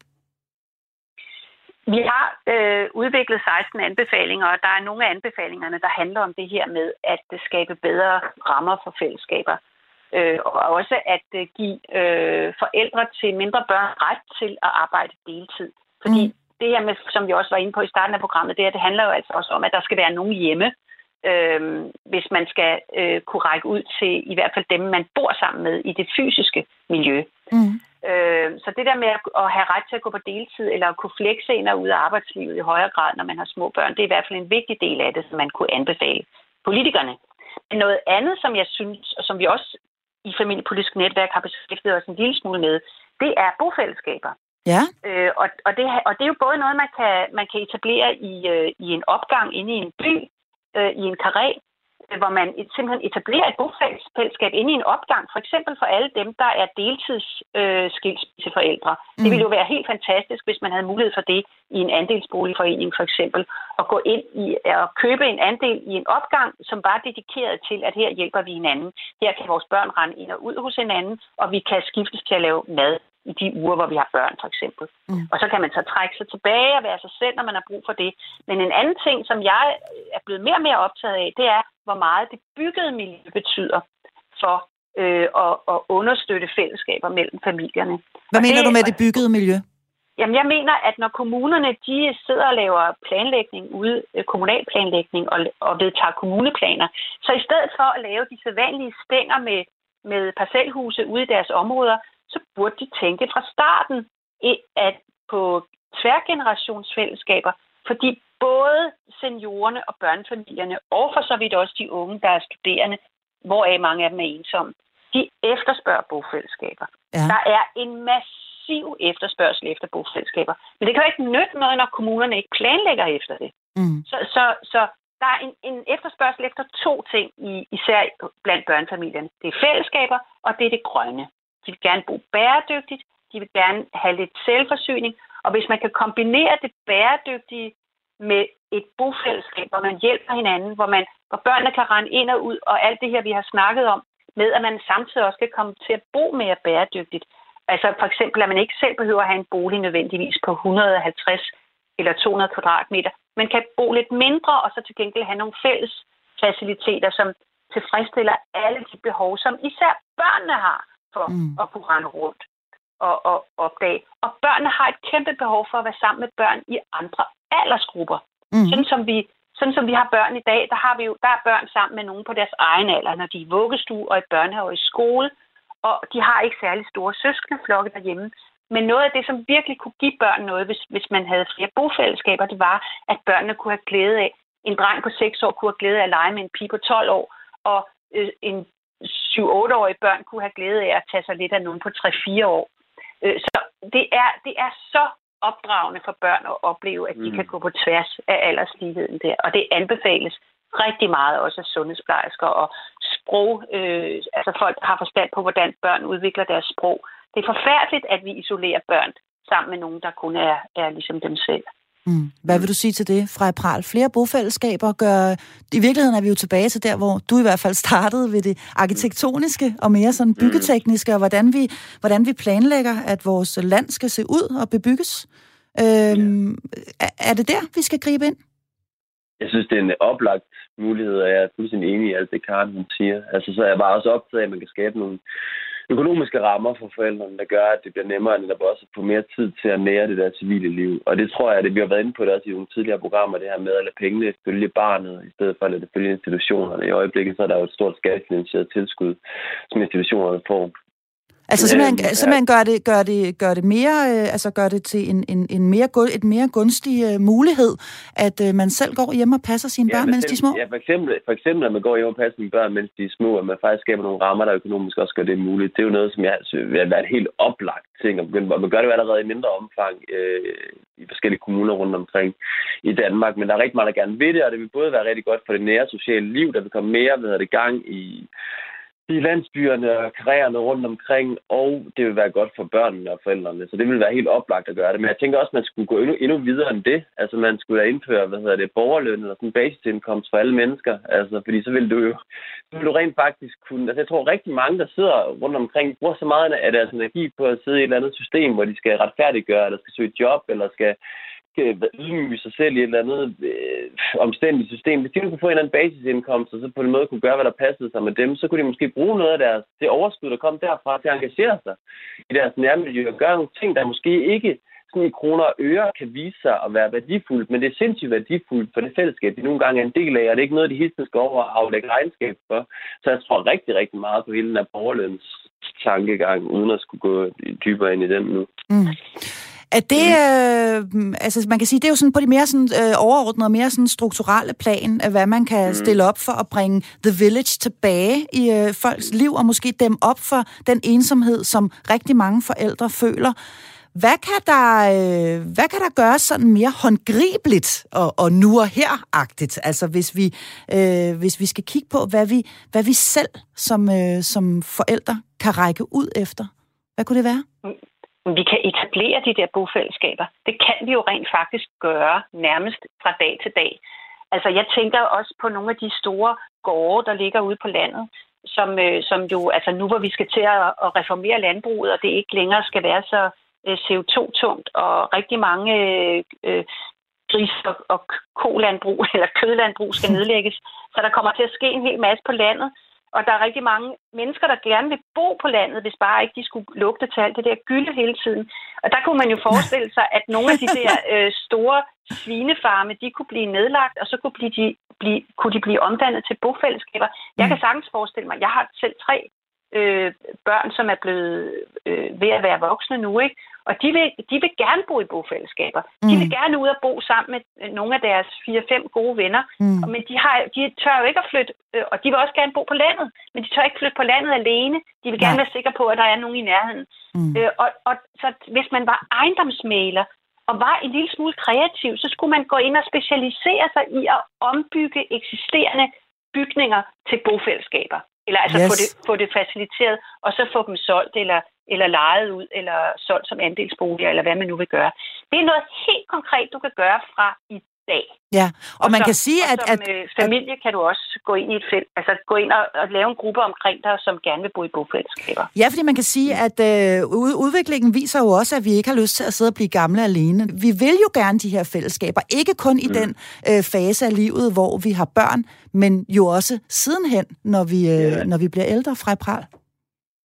Vi har udviklet 16 anbefalinger, og der er nogle af anbefalingerne, der handler om det her med at skabe bedre rammer for fællesskaber. Og også at give forældre til mindre børn ret til at arbejde deltid. Fordi det her med, som vi også var inde på i starten af programmet, det handler jo altså også om, at der skal være nogen hjemme, hvis man skal kunne række ud til i hvert fald dem, man bor sammen med i det fysiske miljø. Så det der med at have ret til at gå på deltid, eller at kunne flexe ind og ud af arbejdslivet i højere grad, når man har små børn, det er i hvert fald en vigtig del af det, som man kunne anbefale politikerne. Men noget andet, som jeg synes, og som vi også i Familiepolitisk Netværk har beskæftiget os en lille smule med, det er bofællesskaber. Ja. Og det er jo både noget, man kan etablere i en opgang inde i en by, i en karré, hvor man simpelthen etablerer et bofællesskab inde i en opgang, for eksempel for alle dem, der er deltidsskilsmisseforældre. Det ville jo være helt fantastisk, hvis man havde mulighed for det i en andelsboligforening for eksempel, at gå ind i og købe en andel i en opgang, som var dedikeret til, at her hjælper vi hinanden. Her kan vores børn rende ind og ud hos hinanden, og vi kan skiftes til at lave mad i de uger, hvor vi har børn, for eksempel. Og så kan man så trække sig tilbage og være sig selv, når man har brug for det. Men en anden ting, som jeg er blevet mere og mere optaget af, det er, hvor meget det byggede miljø betyder for at understøtte fællesskaber mellem familierne. Hvad mener du med det byggede miljø? Jamen, jeg mener, at når kommunerne de sidder og laver planlægning ude, kommunalplanlægning og vedtager kommuneplaner, så i stedet for at lave de sædvanlige stænger med parcelhuse ude i deres områder, så burde de tænke fra starten at på tværgenerationsfællesskaber, fordi både seniorerne og børnefamilierne, og for så vidt også de unge, der er studerende, hvoraf mange af dem er ensomme, de efterspørger bofællesskaber. Ja. Der er en massiv efterspørgsel efter bofællesskaber. Men det kan jo ikke nytte noget, når kommunerne ikke planlægger efter det. Så der er en efterspørgsel efter 2 ting, især blandt børnefamilierne. Det er fællesskaber, og det er det grønne. De vil gerne bo bæredygtigt, de vil gerne have lidt selvforsyning, og hvis man kan kombinere det bæredygtige med et bofællesskab, hvor man hjælper hinanden, hvor børnene kan rende ind og ud, og alt det her, vi har snakket om, med at man samtidig også kan komme til at bo mere bæredygtigt. Altså for eksempel, at man ikke selv behøver at have en bolig nødvendigvis på 150 eller 200 kvadratmeter. Man kan bo lidt mindre, og så til gengæld have nogle fælles faciliteter, som tilfredsstiller alle de behov, som især børnene har for at kunne rende rundt og opdage. Og børnene har et kæmpe behov for at være sammen med børn i andre aldersgrupper. Sådan som vi sådan som vi har børn i dag, der er børn sammen med nogen på deres egen alder, når de er i vuggestue og i børnehave og i skole, og de har ikke særlig store søskendeflokke derhjemme. Men noget af det, som virkelig kunne give børn noget, hvis man havde flere bofællesskaber, det var, at børnene kunne have glæde af, en dreng på 6 år kunne have glæde af at lege med en pige på 12 år, og en 7-8-årig børn kunne have glæde af at tage sig lidt af nogen på 3-4 år. Så det er så opdragende for børn at opleve, at de kan gå på tværs af aldersligheden der. Og det anbefales rigtig meget også af sundhedsplejersker og sprog, altså folk, der har forstand på, hvordan børn udvikler deres sprog. Det er forfærdeligt, at vi isolerer børn sammen med nogen, der kun er ligesom dem selv. Hvad vil du sige til det, Frej Prahl? Flere bofællesskaber gør... I virkeligheden er vi jo tilbage til der, hvor du i hvert fald startede ved det arkitektoniske og mere sådan byggetekniske, og hvordan vi planlægger, at vores land skal se ud og bebygges. Er det der, vi skal gribe ind? Jeg synes, det er en oplagt mulighed, og jeg er fuldstændig enig i alt det, Karen hun siger. Altså, så er jeg bare også optaget af, at man kan skabe nogle økonomiske rammer for forældrene, der gør, at det bliver nemmere, end der også få mere tid til at nære det der civile liv. Og det tror jeg, at vi har været inde på det også i nogle tidligere programmer, det her med at lade pengene følge barnet, i stedet for at lade det følge institutionerne. I øjeblikket så er der jo et stort skattefinansieret tilskud, som institutionerne får. Altså simpelthen gør det mere, altså gør det til et mere gunstig mulighed, at man selv går hjem og passer sine børn, mens de er små? Ja, for eksempel, at man går hjem og passer sine børn, mens de er små, at man faktisk skaber nogle rammer, der økonomisk også gør det muligt. Det er jo noget, som jeg vil være et helt oplagt ting, og man gør det jo allerede i mindre omfang i forskellige kommuner rundt omkring i Danmark, men der er rigtig meget, der gerne vil det, og det vil både være rigtig godt for det nære sociale liv, der vil komme mere gang i landsbyerne og karriererne rundt omkring, og det vil være godt for børnene og forældrene. Så det vil være helt oplagt at gøre det. Men jeg tænker også, at man skulle gå endnu videre end det. Altså man skulle da indføre, borgerløn eller sådan en basisindkomst for alle mennesker. Altså, fordi så vil du rent faktisk kunne... Altså jeg tror rigtig mange, der sidder rundt omkring, bruger så meget af deres energi på at sidde i et eller andet system, hvor de skal retfærdiggøre, eller skal søge job, eller skal ydmyge sig selv i et eller andet omstændigt system. Hvis de kunne få en eller anden basisindkomst, og så på en måde kunne gøre, hvad der passede sig med dem, så kunne de måske bruge noget af det overskud, der kom derfra, til at engagere sig i deres nærmiljø og gøre nogle ting, der måske ikke sådan i kroner og øre kan vise sig at være værdifuldt, men det er sindssygt værdifuldt for det fællesskab, de nogle gange er en del af, og det er ikke noget, de hele skal over og aflægge regnskab for. Så jeg tror rigtig, rigtig meget på hele den her borgerløns tankegang, uden at skulle gå dybere ind i den nu. At det, altså man kan sige, det er jo sådan på de mere sådan, overordnede og mere sådan strukturelle plan, af hvad man kan stille op for at bringe The Village tilbage i folks liv, og måske dem op for den ensomhed, som rigtig mange forældre føler. Hvad kan der gøres sådan mere håndgribeligt og nu og her-agtigt? Altså hvis vi skal kigge på, hvad vi selv som forældre kan række ud efter. Hvad kunne det være? Vi kan etablere de der bofællesskaber. Det kan vi jo rent faktisk gøre nærmest fra dag til dag. Altså jeg tænker også på nogle af de store gårde, der ligger ude på landet, som jo, altså nu hvor vi skal til at reformere landbruget, og det ikke længere skal være så CO2-tungt, og rigtig mange gris- og kolandbrug eller kødlandbrug skal nedlægges. Så der kommer til at ske en hel masse på landet. Og der er rigtig mange mennesker, der gerne vil bo på landet, hvis bare ikke de skulle lugte til alt det der gylde hele tiden. Og der kunne man jo forestille sig, at nogle af de der store svinefarme, de kunne blive nedlagt, og så kunne de blive omdannet til bofællesskaber. Jeg kan sagtens forestille mig, jeg har selv 3 børn, som er blevet ved at være voksne nu, ikke? Og de vil gerne bo i bofællesskaber. De vil gerne ud og bo sammen med nogle af deres 4-5 gode venner. Men de tør jo ikke at flytte, og de vil også gerne bo på landet, men de tør ikke flytte på landet alene. De vil gerne være sikre på, at der er nogen i nærheden. Og så hvis man var ejendomsmægler og var en lille smule kreativ, så skulle man gå ind og specialisere sig i at ombygge eksisterende bygninger til bofællesskaber. Eller altså få det faciliteret, og så få dem solgt, eller lejet ud, eller solgt som andelsboliger, eller hvad man nu vil gøre. Det er noget helt konkret, du kan gøre fra i dag. Ja, og man kan sige, at familie kan du også gå ind i et felt, altså gå ind og lave en gruppe omkring dig, som gerne vil bo i bofællesskaber. Ja, fordi man kan sige, at udviklingen viser jo også, at vi ikke har lyst til at sidde og blive gamle alene. Vi vil jo gerne de her fællesskaber, ikke kun i den fase af livet, hvor vi har børn, men jo også sidenhen, når vi bliver ældre. Frej Prahl.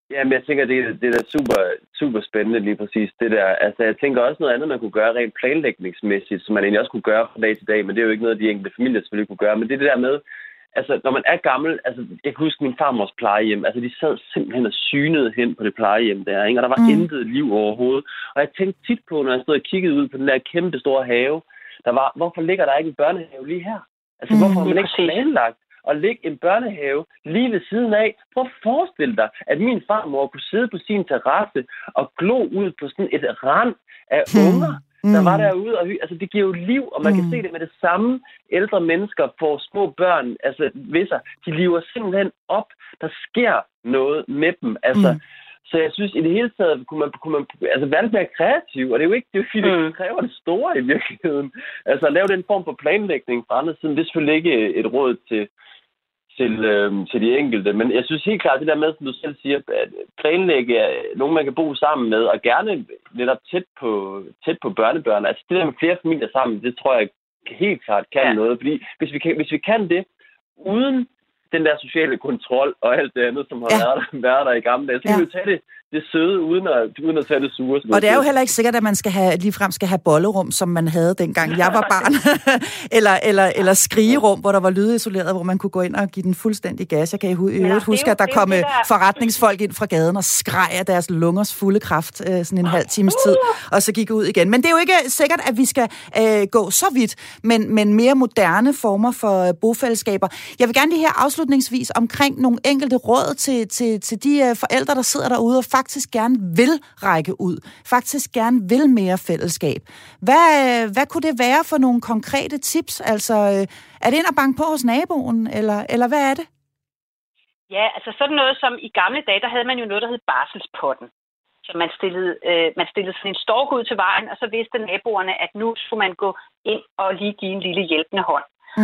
Jamen, jeg tænker, det er super, super spændende lige præcis det der. Altså, jeg tænker også noget andet, man kunne gøre rent planlægningsmæssigt, som man egentlig også kunne gøre fra dag til dag, men det er jo ikke noget, de enkelte familier selvfølgelig kunne gøre. Men det er det der med, altså, når man er gammel, altså, jeg kan huske min farmors plejehjem, altså, de sad simpelthen og synede hen på det plejehjem der, ikke? Og der var intet liv overhovedet. Og jeg tænkte tit på, når jeg stod og kiggede ud på den der kæmpe store have, hvorfor ligger der ikke en børnehave lige her? Altså, hvorfor har man ikke planlagt at lægge en børnehave lige ved siden af? Prøv at forestille dig, at min farmor kunne sidde på sin terrasse og glo ud på sådan et rand af unger, der var derude. Og altså, det giver jo liv, og man kan se det med det samme. Ældre mennesker får små børn, altså ved sig. De lever simpelthen op. Der sker noget med dem. Altså, så jeg synes, i det hele taget kunne man altså være lidt mere kreativ, og det er jo ikke fordi, det kræver det store i virkeligheden. Altså at lave den form for planlægning fra andre siden, det er selvfølgelig ikke et råd til de enkelte. Men jeg synes helt klart, det der med, som du selv siger, at planlægge nogen, man kan bo sammen med, og gerne netop tæt på børnebørn. Altså det der med flere familier sammen, det tror jeg helt klart kan noget. Fordi hvis vi kan det, uden den der sociale kontrol og alt det andet, som har været der i gamle dage, så kan vi jo tage det søde, uden at tage det sure. Og det er jo heller ikke sikkert, at man ligefrem skal have bollerum, som man havde dengang jeg var barn. eller skrigerum, hvor der var lydisoleret, hvor man kunne gå ind og give den fuldstændig gas. Jeg kan huske, at der kom forretningsfolk ind fra gaden og skreg af deres lungers fulde kraft sådan en halv times tid, og så gik ud igen. Men det er jo ikke sikkert, at vi skal gå så vidt, men mere moderne former for bofællesskaber. Jeg vil gerne lige her afslutningsvis omkring nogle enkelte råd til de forældre, der sidder derude og faktisk gerne vil række ud, faktisk gerne vil mere fællesskab. Hvad kunne det være for nogle konkrete tips? Altså, er det ind at banke på hos naboen, eller hvad er det? Ja, altså sådan noget som i gamle dage, der havde man jo noget, der hed barselspotten. Så man stillede sådan en stork ud til vejen, og så vidste naboerne, at nu skulle man gå ind og lige give en lille hjælpende hånd.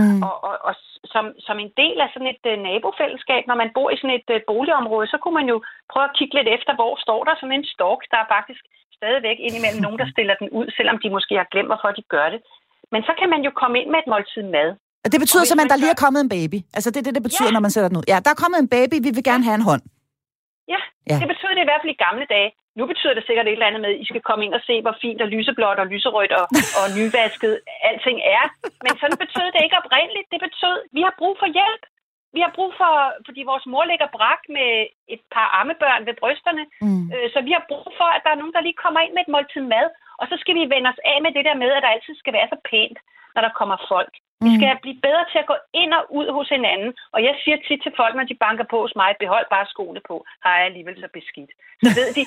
Og som en del af sådan et nabofællesskab, når man bor i sådan et boligområde, så kunne man jo prøve at kigge lidt efter, hvor står der sådan en stork, der er faktisk stadigvæk indimellem nogen, der stiller den ud, selvom de måske har glemt, hvorfor de gør det. Men så kan man jo komme ind med et måltid mad. Og det betyder simpelthen, at der lige er kommet en baby. Altså det er det betyder, når man sætter den ud. Ja, der er kommet en baby, vi vil gerne have en hånd. Ja, det betyder det i hvert fald i gamle dage. Nu betyder det sikkert et eller andet med, at I skal komme ind og se, hvor fint og lyseblåt og lyserødt og nyvasket alting er. Men sådan betød det ikke oprindeligt. Det betød, at vi har brug for hjælp. Vi har brug for, fordi vores mor ligger brak med et par ammebørn ved brysterne. Så vi har brug for, at der er nogen, der lige kommer ind med et måltid mad. Og så skal vi vende os af med det der med, at der altid skal være så pænt, når der kommer folk. Vi skal blive bedre til at gå ind og ud hos hinanden. Og jeg siger tit til folk, når de banker på hos mig, behold bare skoene på, har jeg alligevel så beskidt. Så ved de,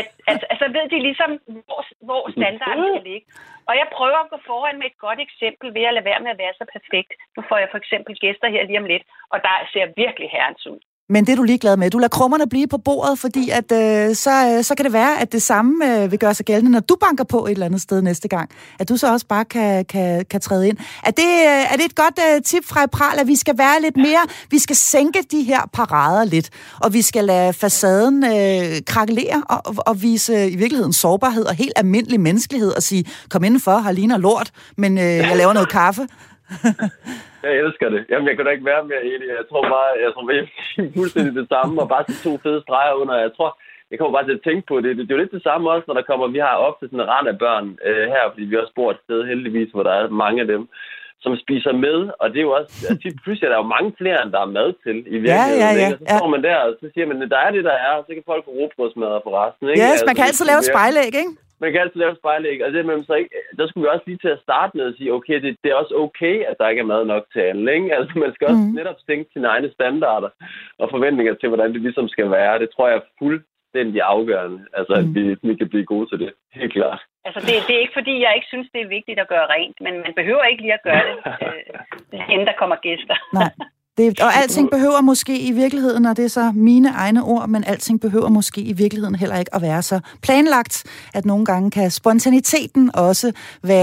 ved de ligesom, hvor standarden skal ligge. Og jeg prøver at gå foran med et godt eksempel ved at lade være med at være så perfekt. Nu får jeg for eksempel gæster her lige om lidt, og der ser virkelig herrens ud. Men det er du ligeglad med. Du lader krummerne blive på bordet, fordi at, så kan det være, at det samme vil gøre sig gældende, når du banker på et eller andet sted næste gang. At du så også bare kan træde ind. Er det et godt tip fra Pral, at vi skal være lidt mere, vi skal sænke de her parader lidt, og vi skal lade facaden krakelere og vise i virkeligheden sårbarhed og helt almindelig menneskelighed og sige, kom indenfor, har ligner lort, men jeg laver noget kaffe. Jeg elsker det. Jamen, jeg kan da ikke være mere enig. Jeg tror fuldstændig det samme, og bare så 2 fede streger under. Jeg kommer bare til at tænke på det. Det er jo lidt det samme også, når der kommer, vi har ofte sådan en rand af børn her, fordi vi også bor et sted heldigvis, hvor der er mange af dem, som spiser med, og det er jo også, pludselig er der jo mange flere, end der er mad til i virkeligheden. Ja. Og så står man der, og så siger man, der er det, der er, og så kan folk få rugbrødsmadder for resten. Ikke? Yes, man kan altid lave spejlæg, ikke? Man kan altid lave spejlæg, og det så ikke, der skulle vi også lige til at starte med at sige, okay, det er også okay, at der ikke er mad nok til alle, ikke? Altså, man skal også netop sænke sine egne standarder og forventninger til, hvordan det ligesom skal være. Det tror jeg er fuldstændig afgørende, altså, at vi kan blive gode til det. Helt klart. Altså, det er ikke, fordi jeg ikke synes, det er vigtigt at gøre rent, men man behøver ikke lige at gøre det, inden der kommer gæster. Nej. Og alting behøver måske i virkeligheden, og det er så mine egne ord, men alting behøver måske i virkeligheden heller ikke at være så planlagt, at nogle gange kan spontaniteten også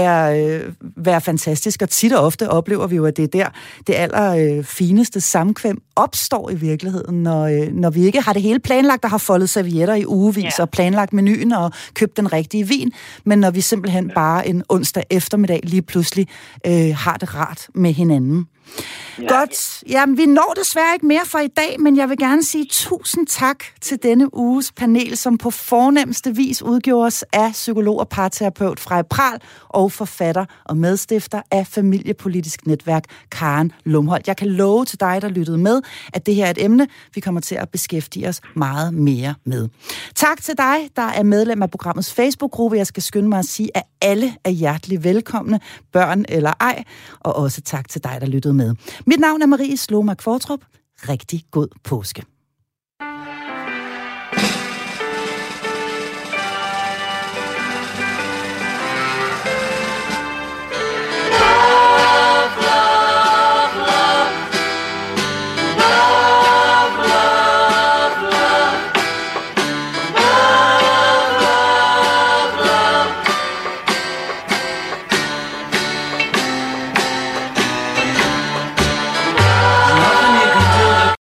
være fantastisk, og tit og ofte oplever vi jo, at det er der det allerfineste samkvem opstår i virkeligheden, når vi ikke har det hele planlagt og har foldet servietter i ugevis og planlagt menuen og købt den rigtige vin, men når vi simpelthen bare en onsdag eftermiddag lige pludselig har det rart med hinanden. Ja. Godt. Jamen, vi når desværre ikke mere for i dag, men jeg vil gerne sige tusind tak til denne uges panel, som på fornemste vis udgjordes af psykolog og parterapeut Frej Pral og forfatter og medstifter af Familiepolitisk Netværk, Karen Lumholt. Jeg kan love til dig, der lyttede med, at det her er et emne, vi kommer til at beskæftige os meget mere med. Tak til dig, der er medlem af programmets Facebook-gruppe. Jeg skal skynde mig at sige, at alle er hjertelig velkomne, børn eller ej, og også tak til dig, der lyttede med. Mit navn er Marie Slomark Fortrup. Rigtig god påske.